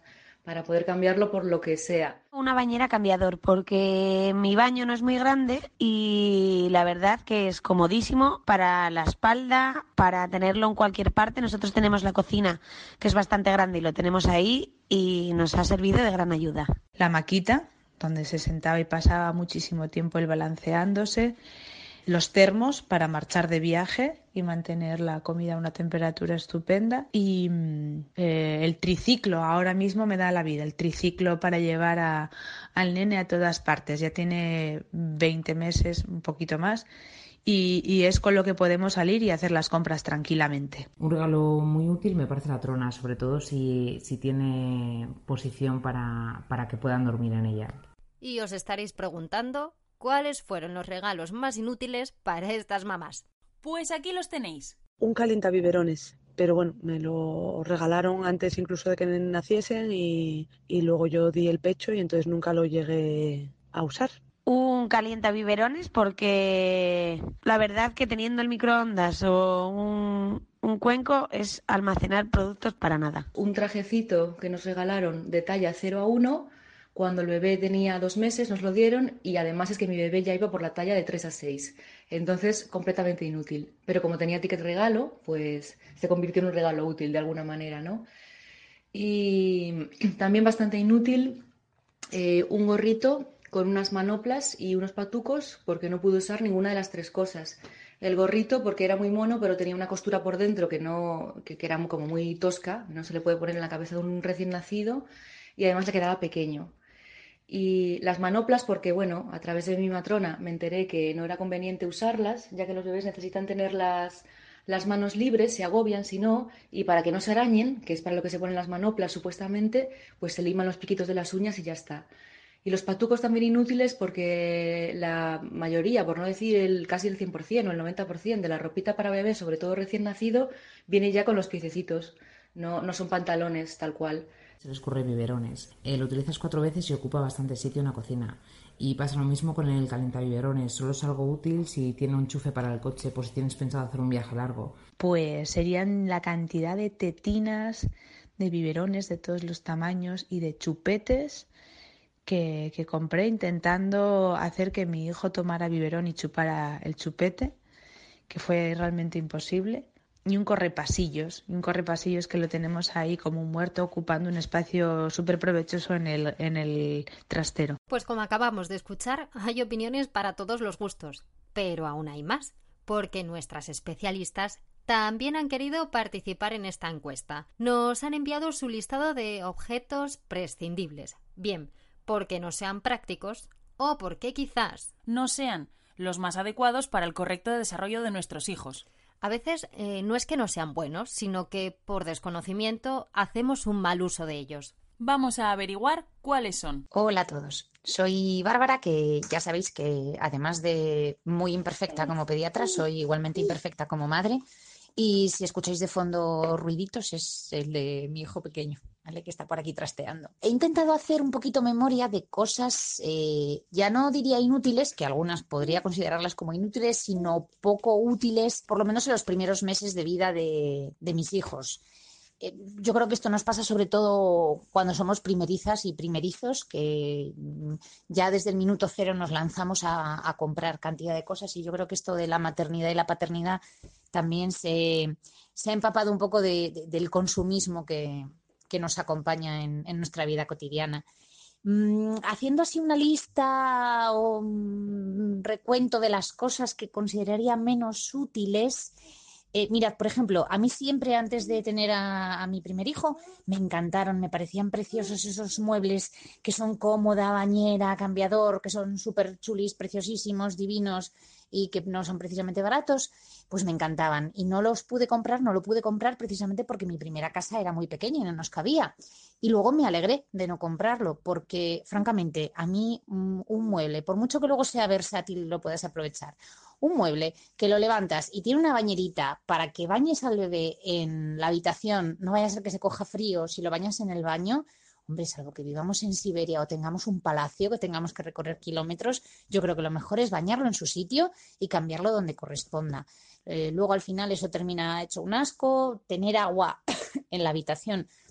para poder cambiarlo por lo que sea. Una bañera cambiador, porque mi baño no es muy grande y la verdad que es comodísimo para la espalda, para tenerlo en cualquier parte. Nosotros tenemos la cocina, que es bastante grande y lo tenemos ahí y nos ha servido de gran ayuda. La maquita, donde se sentaba y pasaba muchísimo tiempo él balanceándose. Los termos para marchar de viaje y mantener la comida a una temperatura estupenda. Y eh, el triciclo, ahora mismo me da la vida, el triciclo para llevar a, al nene a todas partes. Ya tiene veinte meses, un poquito más, y, y es con lo que podemos salir y hacer las compras tranquilamente. Un regalo muy útil me parece la trona, sobre todo si, si tiene posición para, para que puedan dormir en ella. Y os estaréis preguntando... ¿cuáles fueron los regalos más inútiles para estas mamás? Pues aquí los tenéis. Un calientabiberones, pero bueno, me lo regalaron antes incluso de que naciesen y, y luego yo di el pecho y entonces nunca lo llegué a usar. Un calientabiberones porque la verdad que teniendo el microondas o un, un cuenco es almacenar productos para nada. Un trajecito que nos regalaron de talla cero a uno. Cuando el bebé tenía dos meses nos lo dieron y además es que mi bebé ya iba por la talla de tres a seis. Entonces, completamente inútil. Pero como tenía ticket regalo, pues se convirtió en un regalo útil de alguna manera, ¿no? Y también bastante inútil eh, un gorrito con unas manoplas y unos patucos porque no pude usar ninguna de las tres cosas. El gorrito porque era muy mono pero tenía una costura por dentro que, no, que, que era como muy tosca, no se le puede poner en la cabeza de un recién nacido y además le quedaba pequeño. Y las manoplas porque, bueno, a través de mi matrona me enteré que no era conveniente usarlas, ya que los bebés necesitan tener las, las manos libres, se agobian si no, y para que no se arañen, que es para lo que se ponen las manoplas supuestamente, pues se liman los piquitos de las uñas y ya está. Y los patucos también inútiles porque la mayoría, por no decir el casi el cien por ciento o el noventa por ciento de la ropita para bebé, sobre todo recién nacido, viene ya con los piececitos, no, no son pantalones tal cual. Se les ocurre biberones. Eh, lo utilizas cuatro veces y ocupa bastante sitio en la cocina. Y pasa lo mismo con el calentabiberones. Solo es algo útil si tiene un enchufe para el coche, por si tienes pensado hacer un viaje largo. Pues serían la cantidad de tetinas, de biberones de todos los tamaños y de chupetes que, que compré intentando hacer que mi hijo tomara biberón y chupara el chupete, que fue realmente imposible. Y un correpasillos, un correpasillos que lo tenemos ahí como un muerto ocupando un espacio súper provechoso en el, en el trastero. Pues como acabamos de escuchar, hay opiniones para todos los gustos, pero aún hay más, porque nuestras especialistas también han querido participar en esta encuesta. Nos han enviado su listado de objetos prescindibles, bien porque no sean prácticos o porque quizás no sean los más adecuados para el correcto desarrollo de nuestros hijos. A veces eh, no es que no sean buenos, sino que por desconocimiento hacemos un mal uso de ellos. Vamos a averiguar cuáles son. Hola a todos. Soy Bárbara, que ya sabéis que además de muy imperfecta como pediatra, soy igualmente imperfecta como madre. Y si escucháis de fondo ruiditos es el de mi hijo pequeño, ¿vale? Que está por aquí trasteando. He intentado hacer un poquito memoria de cosas, eh, ya no diría inútiles, que algunas podría considerarlas como inútiles, sino poco útiles, por lo menos en los primeros meses de vida de, de mis hijos. Eh, yo creo que esto nos pasa sobre todo cuando somos primerizas y primerizos, que ya desde el minuto cero nos lanzamos a, a comprar cantidad de cosas, y yo creo que esto de la maternidad y la paternidad también se, se ha empapado un poco de, de, del consumismo que, que nos acompaña en, en nuestra vida cotidiana. Mm, haciendo así una lista o un recuento de las cosas que consideraría menos útiles, Eh, mirad, por ejemplo, a mí siempre antes de tener a, a mi primer hijo me encantaron, me parecían preciosos esos muebles que son cómoda, bañera, cambiador, que son súper chulis, preciosísimos, divinos y que no son precisamente baratos, pues me encantaban. Y no los pude comprar, no lo pude comprar precisamente porque mi primera casa era muy pequeña y no nos cabía. Y luego me alegré de no comprarlo porque, francamente, a mí un, un mueble, por mucho que luego sea versátil y lo puedas aprovechar, un mueble que lo levantas y tiene una bañerita para que bañes al bebé en la habitación, no vaya a ser que se coja frío si lo bañas en el baño, hombre, salvo que vivamos en Siberia o tengamos un palacio que tengamos que recorrer kilómetros, yo creo que lo mejor es bañarlo en su sitio y cambiarlo donde corresponda. Eh, luego al final eso termina hecho un asco, tener agua en la habitación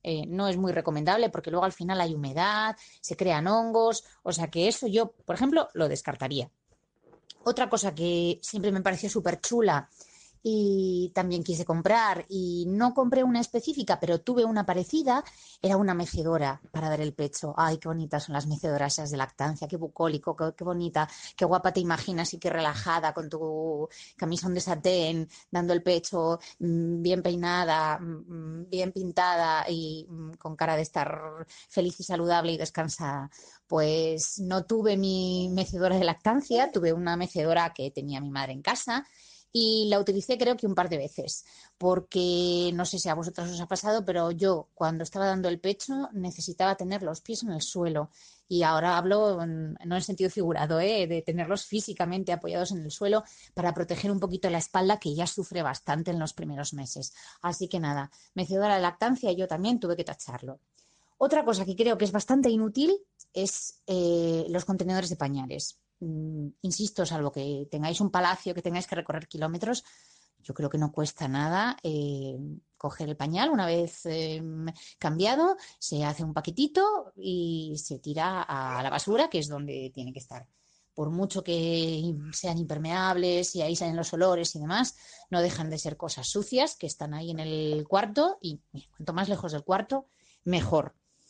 eh, no es muy recomendable porque luego al final hay humedad, se crean hongos, o sea que eso yo, por ejemplo, lo descartaría. Otra cosa que siempre me pareció súper chula y también quise comprar y no compré una específica, pero tuve una parecida, era una mecedora para dar el pecho. Ay, qué bonitas son las mecedoras esas de lactancia, qué bucólico, qué, qué bonita, qué guapa te imaginas y qué relajada con tu camisón de satén, dando el pecho, bien peinada, bien pintada y con cara de estar feliz y saludable y descansada. Pues no tuve mi mecedora de lactancia, tuve una mecedora que tenía mi madre en casa. Y la utilicé creo que un par de veces, porque no sé si a vosotros os ha pasado, pero yo cuando estaba dando el pecho necesitaba tener los pies en el suelo. Y ahora hablo en, no en sentido figurado, ¿eh? De tenerlos físicamente apoyados en el suelo para proteger un poquito la espalda, que ya sufre bastante en los primeros meses. Así que nada, mecedora de lactancia yo también tuve que tacharlo. Otra cosa que creo que es bastante inútil es eh, los contenedores de pañales. Insisto, salvo que tengáis un palacio, que tengáis que recorrer kilómetros, yo creo que no cuesta nada eh, coger el pañal una vez eh, cambiado, se hace un paquetito y se tira a la basura, que es donde tiene que estar. Por mucho que sean impermeables y ahí salen los olores y demás, no dejan de ser cosas sucias que están ahí en el cuarto y mira, cuanto más lejos del cuarto, mejor.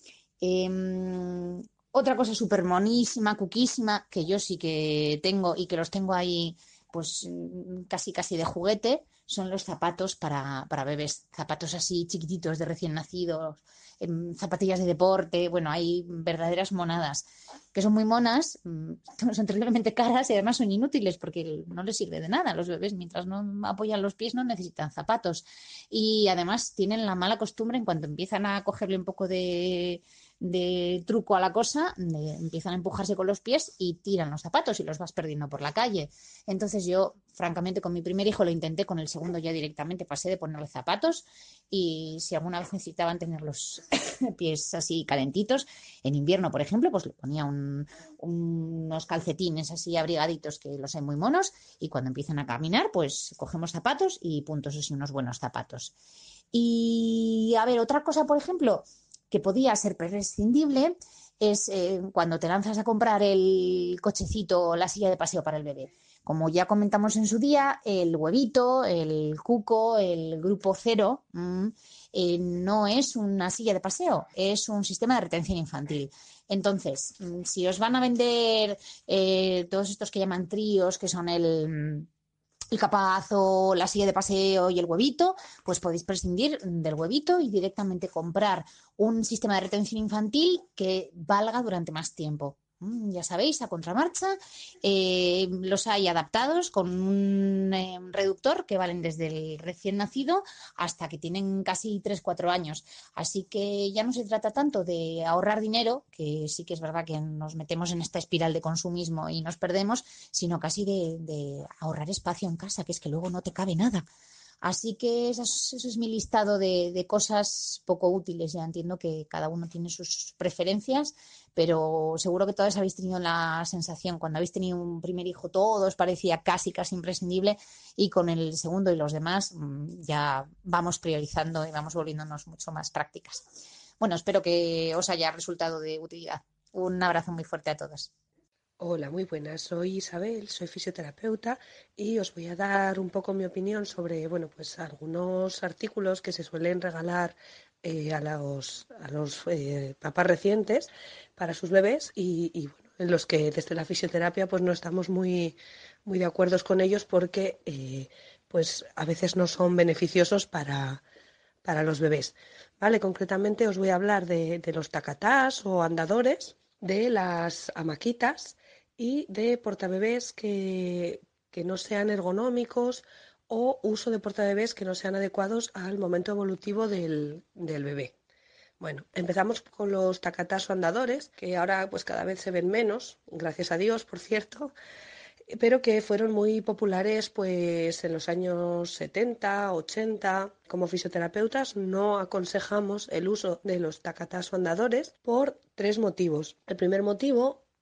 Eh, Otra cosa súper monísima, cuquísima, que yo sí que tengo y que los tengo ahí pues casi casi de juguete, son los zapatos para, para bebés. Zapatos así chiquititos de recién nacidos, eh, zapatillas de deporte, bueno, hay verdaderas monadas, que son muy monas, son terriblemente caras y además son inútiles porque no les sirve de nada. Los bebés, mientras no apoyan los pies, no necesitan zapatos. Y además tienen la mala costumbre, en cuanto empiezan a cogerle un poco de... de truco a la cosa, de, empiezan a empujarse con los pies y tiran los zapatos y los vas perdiendo por la calle. Entonces yo, francamente, con mi primer hijo lo intenté, con el segundo ya directamente pasé de ponerle zapatos y si alguna vez necesitaban tener los pies así calentitos, en invierno, por ejemplo, pues le ponía un, un, unos calcetines así abrigaditos que los hay muy monos y cuando empiezan a caminar, pues cogemos zapatos y puntos, así unos buenos zapatos. Y a ver, otra cosa, por ejemplo, que podía ser prescindible es eh, cuando te lanzas a comprar el cochecito o la silla de paseo para el bebé. Como ya comentamos en su día, el huevito, el cuco, el grupo cero mmm, eh, no es una silla de paseo, es un sistema de retención infantil. Entonces, si os van a vender eh, todos estos que llaman tríos, que son el... el capazo, la silla de paseo y el huevito, pues podéis prescindir del huevito y directamente comprar un sistema de retención infantil que valga durante más tiempo. Mm, ya sabéis, a contramarcha, eh, los hay adaptados con un eh, reductor que valen desde el recién nacido hasta que tienen casi tres cuatro años. Así que ya no se trata tanto de ahorrar dinero, que sí que es verdad que nos metemos en esta espiral de consumismo y nos perdemos, sino casi de, de ahorrar espacio en casa, que es que luego no te cabe nada. Así que eso es, eso es mi listado de, de cosas poco útiles. Ya entiendo que cada uno tiene sus preferencias, pero seguro que todos habéis tenido la sensación, cuando habéis tenido un primer hijo, todo os parecía casi, casi imprescindible y con el segundo y los demás ya vamos priorizando y vamos volviéndonos mucho más prácticas. Bueno, espero que os haya resultado de utilidad. Un abrazo muy fuerte a todos. Hola, muy buenas. Soy Isabel, soy fisioterapeuta y os voy a dar un poco mi opinión sobre, bueno, pues algunos artículos que se suelen regalar eh, a los, a los eh, papás recientes para sus bebés y, y bueno, en los que desde la fisioterapia pues no estamos muy, muy de acuerdo con ellos porque eh, pues a veces no son beneficiosos para, para los bebés. Vale, concretamente os voy a hablar de, de los tacatás o andadores, de las hamaquitas y de portabebés que, que no sean ergonómicos o uso de portabebés que no sean adecuados al momento evolutivo del, del bebé. Bueno, empezamos con los tacatás o andadores, que ahora pues cada vez se ven menos, gracias a Dios, por cierto, pero que fueron muy populares pues en los años setenta, ochenta. Como fisioterapeutas no aconsejamos el uso de los tacatás o andadores por tres motivos. El primer motivo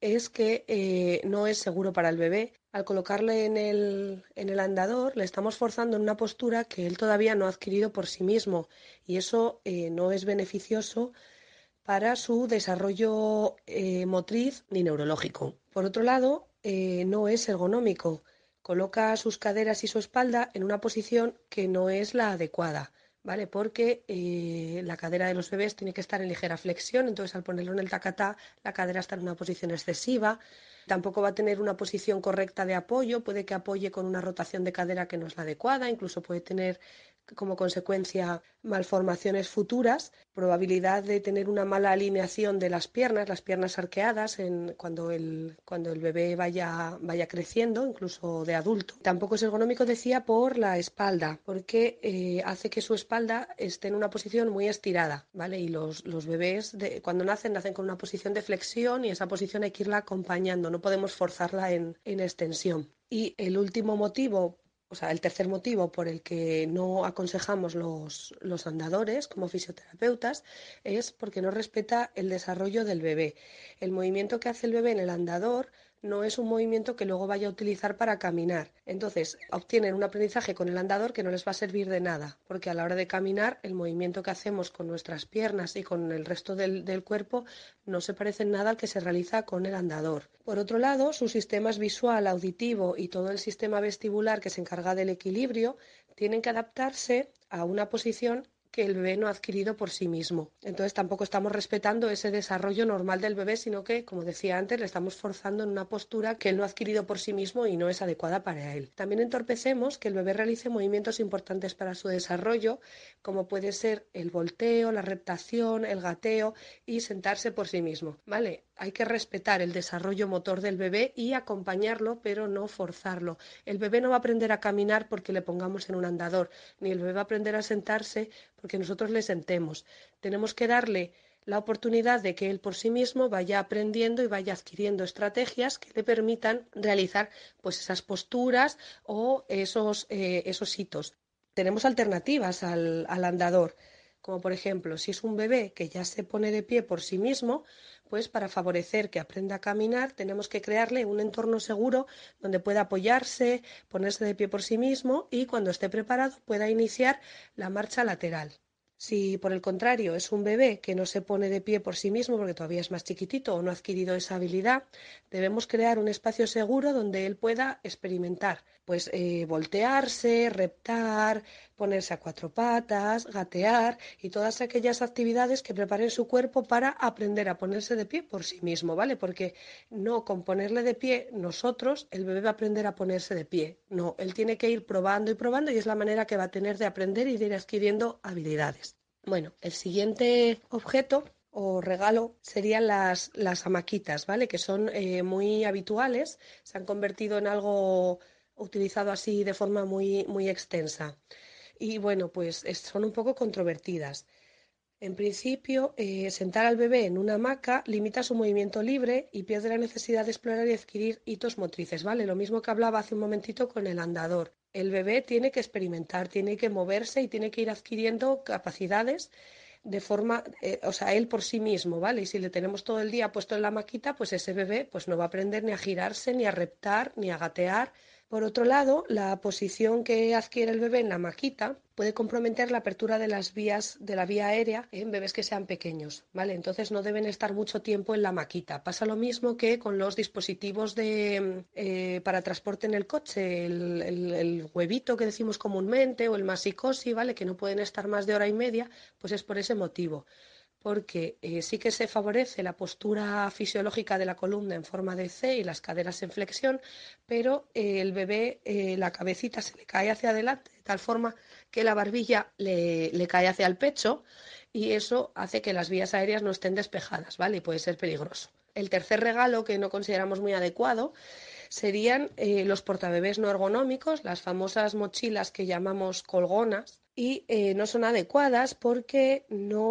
es que eh, no es seguro para el bebé. Al colocarle en el, en el andador, le estamos forzando en una postura que él todavía no ha adquirido por sí mismo y eso eh, no es beneficioso para su desarrollo eh, motriz ni neurológico. Por otro lado, eh, no es ergonómico. Coloca sus caderas y su espalda en una posición que no es la adecuada, ¿vale? Porque eh, la cadera de los bebés tiene que estar en ligera flexión, entonces al ponerlo en el tacatá, la cadera está en una posición excesiva. Tampoco va a tener una posición correcta de apoyo, puede que apoye con una rotación de cadera que no es la adecuada, incluso puede tener como consecuencia malformaciones futuras, probabilidad de tener una mala alineación de las piernas, las piernas arqueadas en, cuando, el, cuando el bebé vaya, vaya creciendo, incluso de adulto. Tampoco es ergonómico, decía, por la espalda, porque eh, hace que su espalda esté en una posición muy estirada, ¿vale? Y los, los bebés de, cuando nacen, nacen con una posición de flexión y esa posición hay que irla acompañando, no podemos forzarla en, en extensión. Y el último motivo, o sea, el tercer motivo por el que no aconsejamos los, los andadores como fisioterapeutas es porque no respeta el desarrollo del bebé. El movimiento que hace el bebé en el andador no es un movimiento que luego vaya a utilizar para caminar. Entonces, obtienen un aprendizaje con el andador que no les va a servir de nada, porque a la hora de caminar, el movimiento que hacemos con nuestras piernas y con el resto del, del cuerpo no se parece en nada al que se realiza con el andador. Por otro lado, sus sistemas visual, auditivo y todo el sistema vestibular que se encarga del equilibrio tienen que adaptarse a una posición que el bebé no ha adquirido por sí mismo. Entonces tampoco estamos respetando ese desarrollo normal del bebé, sino que, como decía antes, le estamos forzando en una postura que él no ha adquirido por sí mismo y no es adecuada para él. También entorpecemos que el bebé realice movimientos importantes para su desarrollo, como puede ser el volteo, la reptación, el gateo y sentarse por sí mismo, ¿vale? Hay que respetar el desarrollo motor del bebé y acompañarlo, pero no forzarlo. El bebé no va a aprender a caminar porque le pongamos en un andador, ni el bebé va a aprender a sentarse porque nosotros le sentemos. Tenemos que darle la oportunidad de que él por sí mismo vaya aprendiendo y vaya adquiriendo estrategias que le permitan realizar pues esas posturas o esos, eh, esos hitos. Tenemos alternativas al, al andador, como por ejemplo, si es un bebé que ya se pone de pie por sí mismo, pues para favorecer que aprenda a caminar tenemos que crearle un entorno seguro donde pueda apoyarse, ponerse de pie por sí mismo y cuando esté preparado pueda iniciar la marcha lateral. Si por el contrario es un bebé que no se pone de pie por sí mismo porque todavía es más chiquitito o no ha adquirido esa habilidad, debemos crear un espacio seguro donde él pueda experimentar, pues eh, voltearse, reptar, ponerse a cuatro patas, gatear y todas aquellas actividades que preparen su cuerpo para aprender a ponerse de pie por sí mismo, ¿vale? Porque no con ponerle de pie nosotros, el bebé va a aprender a ponerse de pie. No, él tiene que ir probando y probando y es la manera que va a tener de aprender y de ir adquiriendo habilidades. Bueno, el siguiente objeto o regalo serían las, las hamaquitas, ¿vale? Que son eh, muy habituales, se han convertido en algo utilizado así de forma muy, muy extensa. Y bueno, pues son un poco controvertidas. En principio, eh, sentar al bebé en una hamaca limita su movimiento libre y pierde la necesidad de explorar y adquirir hitos motrices, ¿vale? Lo mismo que hablaba hace un momentito con el andador. El bebé tiene que experimentar, tiene que moverse y tiene que ir adquiriendo capacidades de forma, eh, o sea, él por sí mismo, ¿vale? Y si le tenemos todo el día puesto en la maquita, pues ese bebé pues no va a aprender ni a girarse, ni a reptar, ni a gatear. Por otro lado, la posición que adquiere el bebé en la maquita puede comprometer la apertura de las vías de la vía aérea en bebés que sean pequeños, ¿vale? Entonces no deben estar mucho tiempo en la maquita. Pasa lo mismo que con los dispositivos de, eh, para transporte en el coche, el, el, el huevito que decimos comúnmente o el masicosi, ¿vale? Que no pueden estar más de hora y media, pues es por ese motivo. Porque eh, sí que se favorece la postura fisiológica de la columna en forma de C y las caderas en flexión, pero eh, el bebé, eh, la cabecita se le cae hacia adelante de tal forma que la barbilla le, le cae hacia el pecho y eso hace que las vías aéreas no estén despejadas, ¿vale? Y puede ser peligroso. El tercer regalo que no consideramos muy adecuado serían eh, los portabebés no ergonómicos, las famosas mochilas que llamamos colgonas, y eh, no son adecuadas porque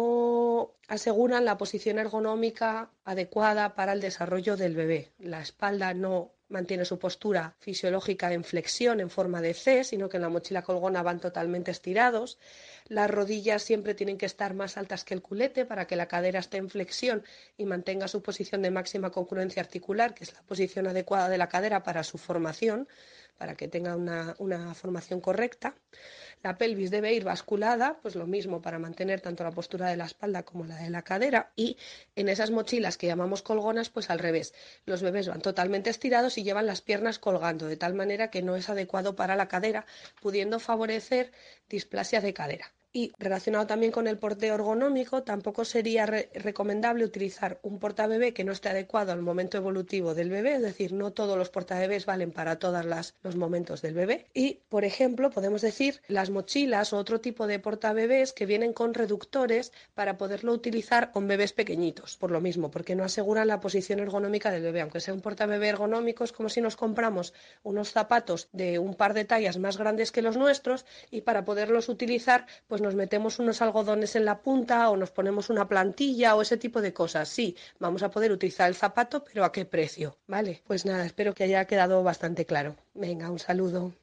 no aseguran la posición ergonómica adecuada para el desarrollo del bebé. La espalda no mantiene su postura fisiológica en flexión, en forma de C, sino que en la mochila colgona van totalmente estirados. Las rodillas siempre tienen que estar más altas que el culete para que la cadera esté en flexión y mantenga su posición de máxima congruencia articular, que es la posición adecuada de la cadera para su formación, para que tenga una, una formación correcta. La pelvis debe ir basculada, pues lo mismo, para mantener tanto la postura de la espalda como la de la cadera. Y en esas mochilas que llamamos colgonas, pues al revés. Los bebés van totalmente estirados y llevan las piernas colgando, de tal manera que no es adecuado para la cadera, pudiendo favorecer displasia de cadera. Y relacionado también con el porteo ergonómico, tampoco sería re recomendable utilizar un portabebé que no esté adecuado al momento evolutivo del bebé, es decir, no todos los portabebés valen para todos los momentos del bebé. Y, por ejemplo, podemos decir las mochilas o otro tipo de portabebés que vienen con reductores para poderlo utilizar con bebés pequeñitos, por lo mismo, porque no aseguran la posición ergonómica del bebé. Aunque sea un portabebé ergonómico, es como si nos compramos unos zapatos de un par de tallas más grandes que los nuestros y para poderlos utilizar, pues nos metemos unos algodones en la punta o nos ponemos una plantilla o ese tipo de cosas. Sí, vamos a poder utilizar el zapato, pero ¿a qué precio? Vale, pues nada, espero que haya quedado bastante claro. Venga, un saludo.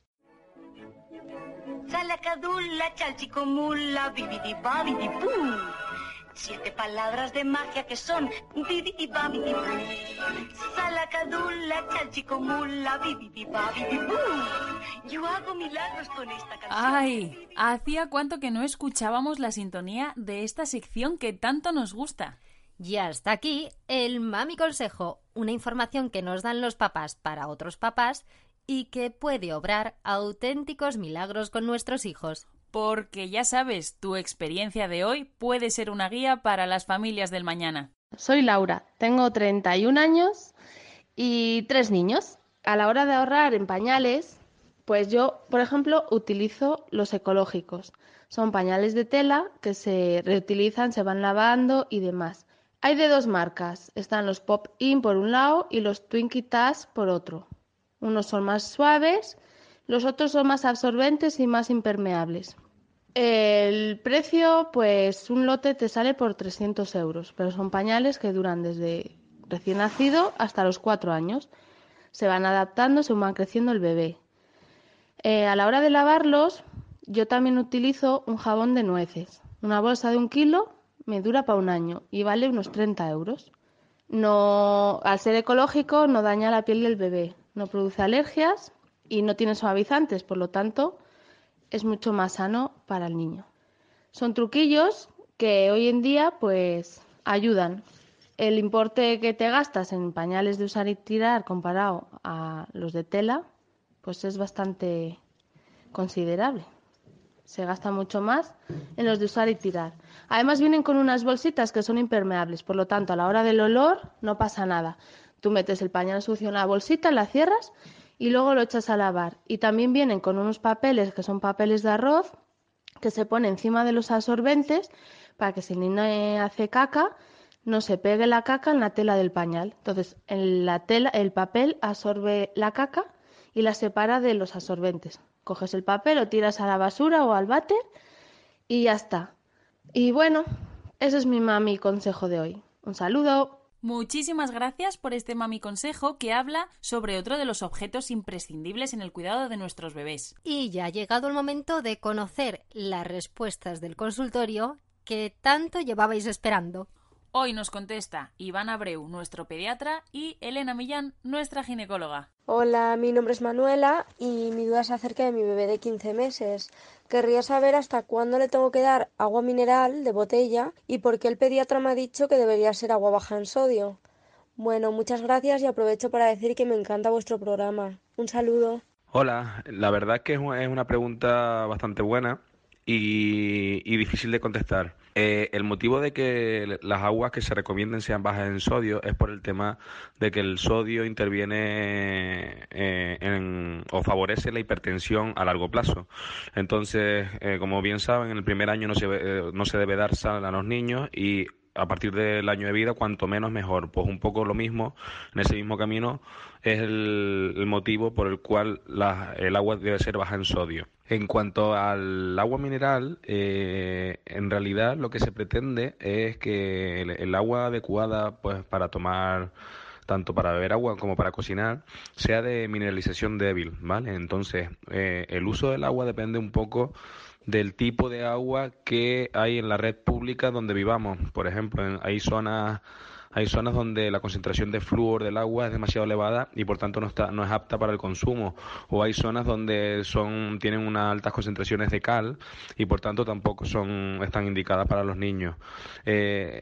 Salacadulla, chalchicomula, bibidi babidi bú. Siete palabras de magia que son bibidi babidi bú. Salacadulla, chalchicomula, bibidi babidi bú. Yo hago milagros con esta canción. ¡Ay! Hacía cuánto que no escuchábamos la sintonía de esta sección que tanto nos gusta. Y hasta aquí el Mami Consejo, una información que nos dan los papás para otros papás y que puede obrar auténticos milagros con nuestros hijos. Porque ya sabes, tu experiencia de hoy puede ser una guía para las familias del mañana. Soy Laura, tengo treinta y un años y tres niños. A la hora de ahorrar en pañales, pues yo, por ejemplo, utilizo los ecológicos. Son pañales de tela que se reutilizan, se van lavando y demás. Hay de dos marcas, están los Pop-In por un lado y los Twinkie Touch por otro. Unos son más suaves, los otros son más absorbentes y más impermeables. El precio, pues un lote te sale por trescientos euros, pero son pañales que duran desde recién nacido hasta los cuatro años. Se van adaptando según van creciendo el bebé. Eh, a la hora de lavarlos, yo también utilizo un jabón de nueces. Una bolsa de un kilo me dura para un año y vale unos treinta euros. No, al ser ecológico no daña la piel del bebé, no produce alergias y no tiene suavizantes, por lo tanto es mucho más sano para el niño. Son truquillos que hoy en día pues ayudan. El importe que te gastas en pañales de usar y tirar comparado a los de tela pues es bastante considerable. Se gasta mucho más en los de usar y tirar. Además vienen con unas bolsitas que son impermeables, por lo tanto a la hora del olor no pasa nada. Tú metes el pañal sucio en la bolsita, la cierras y luego lo echas a lavar. Y también vienen con unos papeles que son papeles de arroz que se pone encima de los absorbentes para que si el niño hace caca no se pegue la caca en la tela del pañal. Entonces en la tela, el papel absorbe la caca y la separa de los absorbentes. Coges el papel, lo tiras a la basura o al váter y ya está. Y bueno, ese es mi mami consejo de hoy. Un saludo. Muchísimas gracias por este mami consejo que habla sobre otro de los objetos imprescindibles en el cuidado de nuestros bebés. Y ya ha llegado el momento de conocer las respuestas del consultorio que tanto llevabais esperando. Hoy nos contesta Iván Abreu, nuestro pediatra, y Elena Millán, nuestra ginecóloga. Hola, mi nombre es Manuela y mi duda es acerca de mi bebé de quince meses. Querría saber hasta cuándo le tengo que dar agua mineral de botella y por qué el pediatra me ha dicho que debería ser agua baja en sodio. Bueno, muchas gracias y aprovecho para decir que me encanta vuestro programa. Un saludo. Hola, la verdad es que es una pregunta bastante buena y, y difícil de contestar. Eh, el motivo de que las aguas que se recomienden sean bajas en sodio es por el tema de que el sodio interviene eh, en, o favorece la hipertensión a largo plazo. Entonces, eh, como bien saben, en el primer año no se, eh, no se debe dar sal a los niños y a partir del año de vida, cuanto menos mejor. Pues un poco lo mismo, en ese mismo camino, es el, el motivo por el cual la, el agua debe ser baja en sodio. En cuanto al agua mineral, eh, en realidad lo que se pretende es que el, el agua adecuada pues para tomar tanto para beber agua como para cocinar, sea de mineralización débil, ¿vale? Entonces, eh, el uso del agua depende un poco del tipo de agua que hay en la red pública donde vivamos. Por ejemplo, en, hay zonas hay zonas donde la concentración de flúor del agua es demasiado elevada y por tanto no está no es apta para el consumo, o hay zonas donde son tienen unas altas concentraciones de cal y por tanto tampoco son están indicadas para los niños. Eh,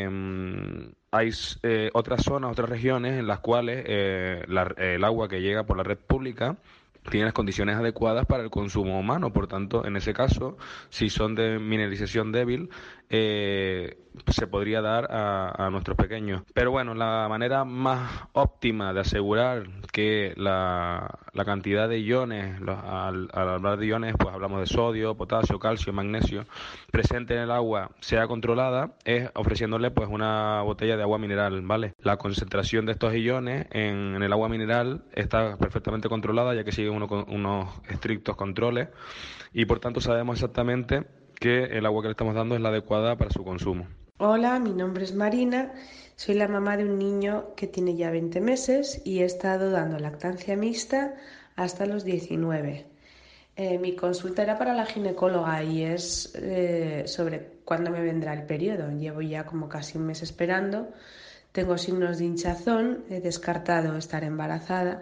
eh, hay eh, otras zonas, otras regiones en las cuales eh, la, el agua que llega por la red pública tiene las condiciones adecuadas para el consumo humano. Por tanto, en ese caso, si son de mineralización débil, eh, se podría dar a, a nuestros pequeños. Pero bueno, la manera más óptima de asegurar que la, la cantidad de iones, los, al, al hablar de iones, pues hablamos de sodio, potasio, calcio, magnesio, presente en el agua, sea controlada, es ofreciéndole pues una botella de agua mineral, ¿vale? La concentración de estos iones en, en el agua mineral está perfectamente controlada, ya que sigue uno, unos estrictos controles, y por tanto sabemos exactamente que el agua que le estamos dando es la adecuada para su consumo. Hola, mi nombre es Marina, soy la mamá de un niño que tiene ya veinte meses y he estado dando lactancia mixta hasta los diecinueve. Eh, mi consulta era para la ginecóloga y es eh, sobre cuándo me vendrá el periodo. Llevo ya como casi un mes esperando, tengo signos de hinchazón, he descartado estar embarazada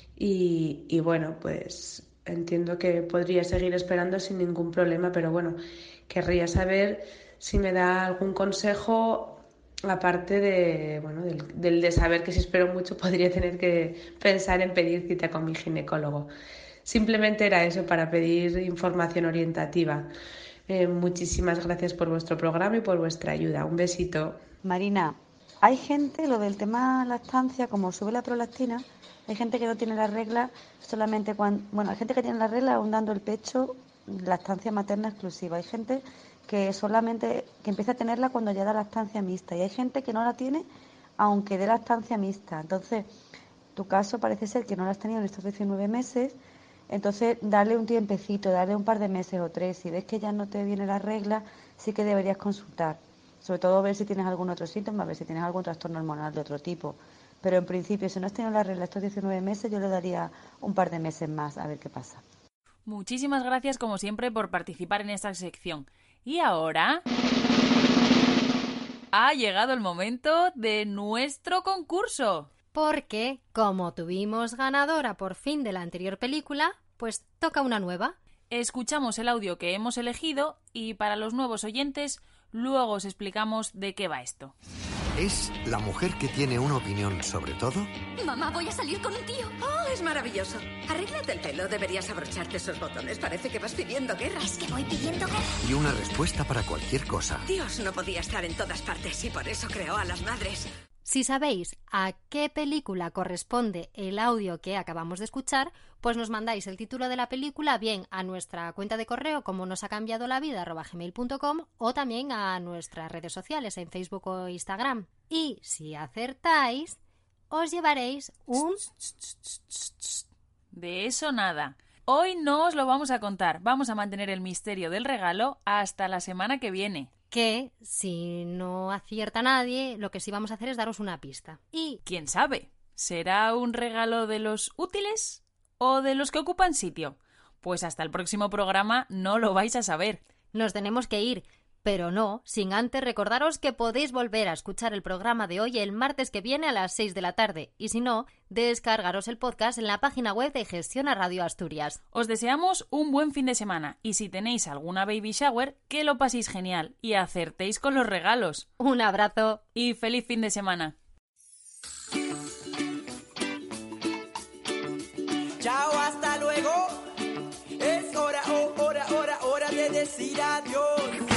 y, y bueno, pues entiendo que podría seguir esperando sin ningún problema, pero bueno, querría saber si me da algún consejo, aparte de, bueno, del, del de saber que si espero mucho podría tener que pensar en pedir cita con mi ginecólogo. Simplemente era eso, para pedir información orientativa. Eh, muchísimas gracias por vuestro programa y por vuestra ayuda. Un besito. Marina, hay gente, lo del tema lactancia, como sube la prolactina, hay gente que no tiene la regla solamente cuando... Bueno, hay gente que tiene la regla aún dando el pecho, lactancia materna exclusiva. Hay gente que solamente que empieza a tenerla cuando ya da lactancia mixta, y hay gente que no la tiene aunque dé lactancia mixta. Entonces, tu caso parece ser que no la has tenido en estos diecinueve meses, entonces darle un tiempecito, darle un par de meses o tres. Si ves que ya no te viene la regla, sí que deberías consultar, sobre todo ver si tienes algún otro síntoma, ver si tienes algún trastorno hormonal de otro tipo. Pero en principio, si no has tenido la regla estos diecinueve meses, yo le daría un par de meses más a ver qué pasa. Muchísimas gracias, como siempre, por participar en esta sección. Y ahora ha llegado el momento de nuestro concurso. Porque, como tuvimos ganadora por fin de la anterior película, pues toca una nueva. Escuchamos el audio que hemos elegido y para los nuevos oyentes, luego os explicamos de qué va esto. ¿Es la mujer que tiene una opinión sobre todo? Mamá, voy a salir con un tío. Oh, es maravilloso. Arréglate el pelo, deberías abrocharte esos botones. Parece que vas pidiendo guerra. Es que voy pidiendo guerra. Y una respuesta para cualquier cosa. Dios no podía estar en todas partes y por eso creó a las madres. Si sabéis a qué película corresponde el audio que acabamos de escuchar, pues nos mandáis el título de la película bien a nuestra cuenta de correo como nos ha cambiado la vida arroba gmail punto com o también a nuestras redes sociales en Facebook o Instagram. Y si acertáis, os llevaréis un... De eso nada. Hoy no os lo vamos a contar. Vamos a mantener el misterio del regalo hasta la semana que viene. Que, si no acierta nadie, lo que sí vamos a hacer es daros una pista. Y, ¿quién sabe? ¿Será un regalo de los útiles o de los que ocupan sitio? Pues hasta el próximo programa no lo vais a saber. Nos tenemos que ir, pero no sin antes recordaros que podéis volver a escuchar el programa de hoy el martes que viene a las seis de la tarde. Y si no, descargaros el podcast en la página web de Gestiona Radio Asturias. Os deseamos un buen fin de semana y si tenéis alguna baby shower, que lo paséis genial y acertéis con los regalos. Un abrazo y feliz fin de semana. Chao, hasta luego. Es hora, oh, hora, hora, hora de decir adiós.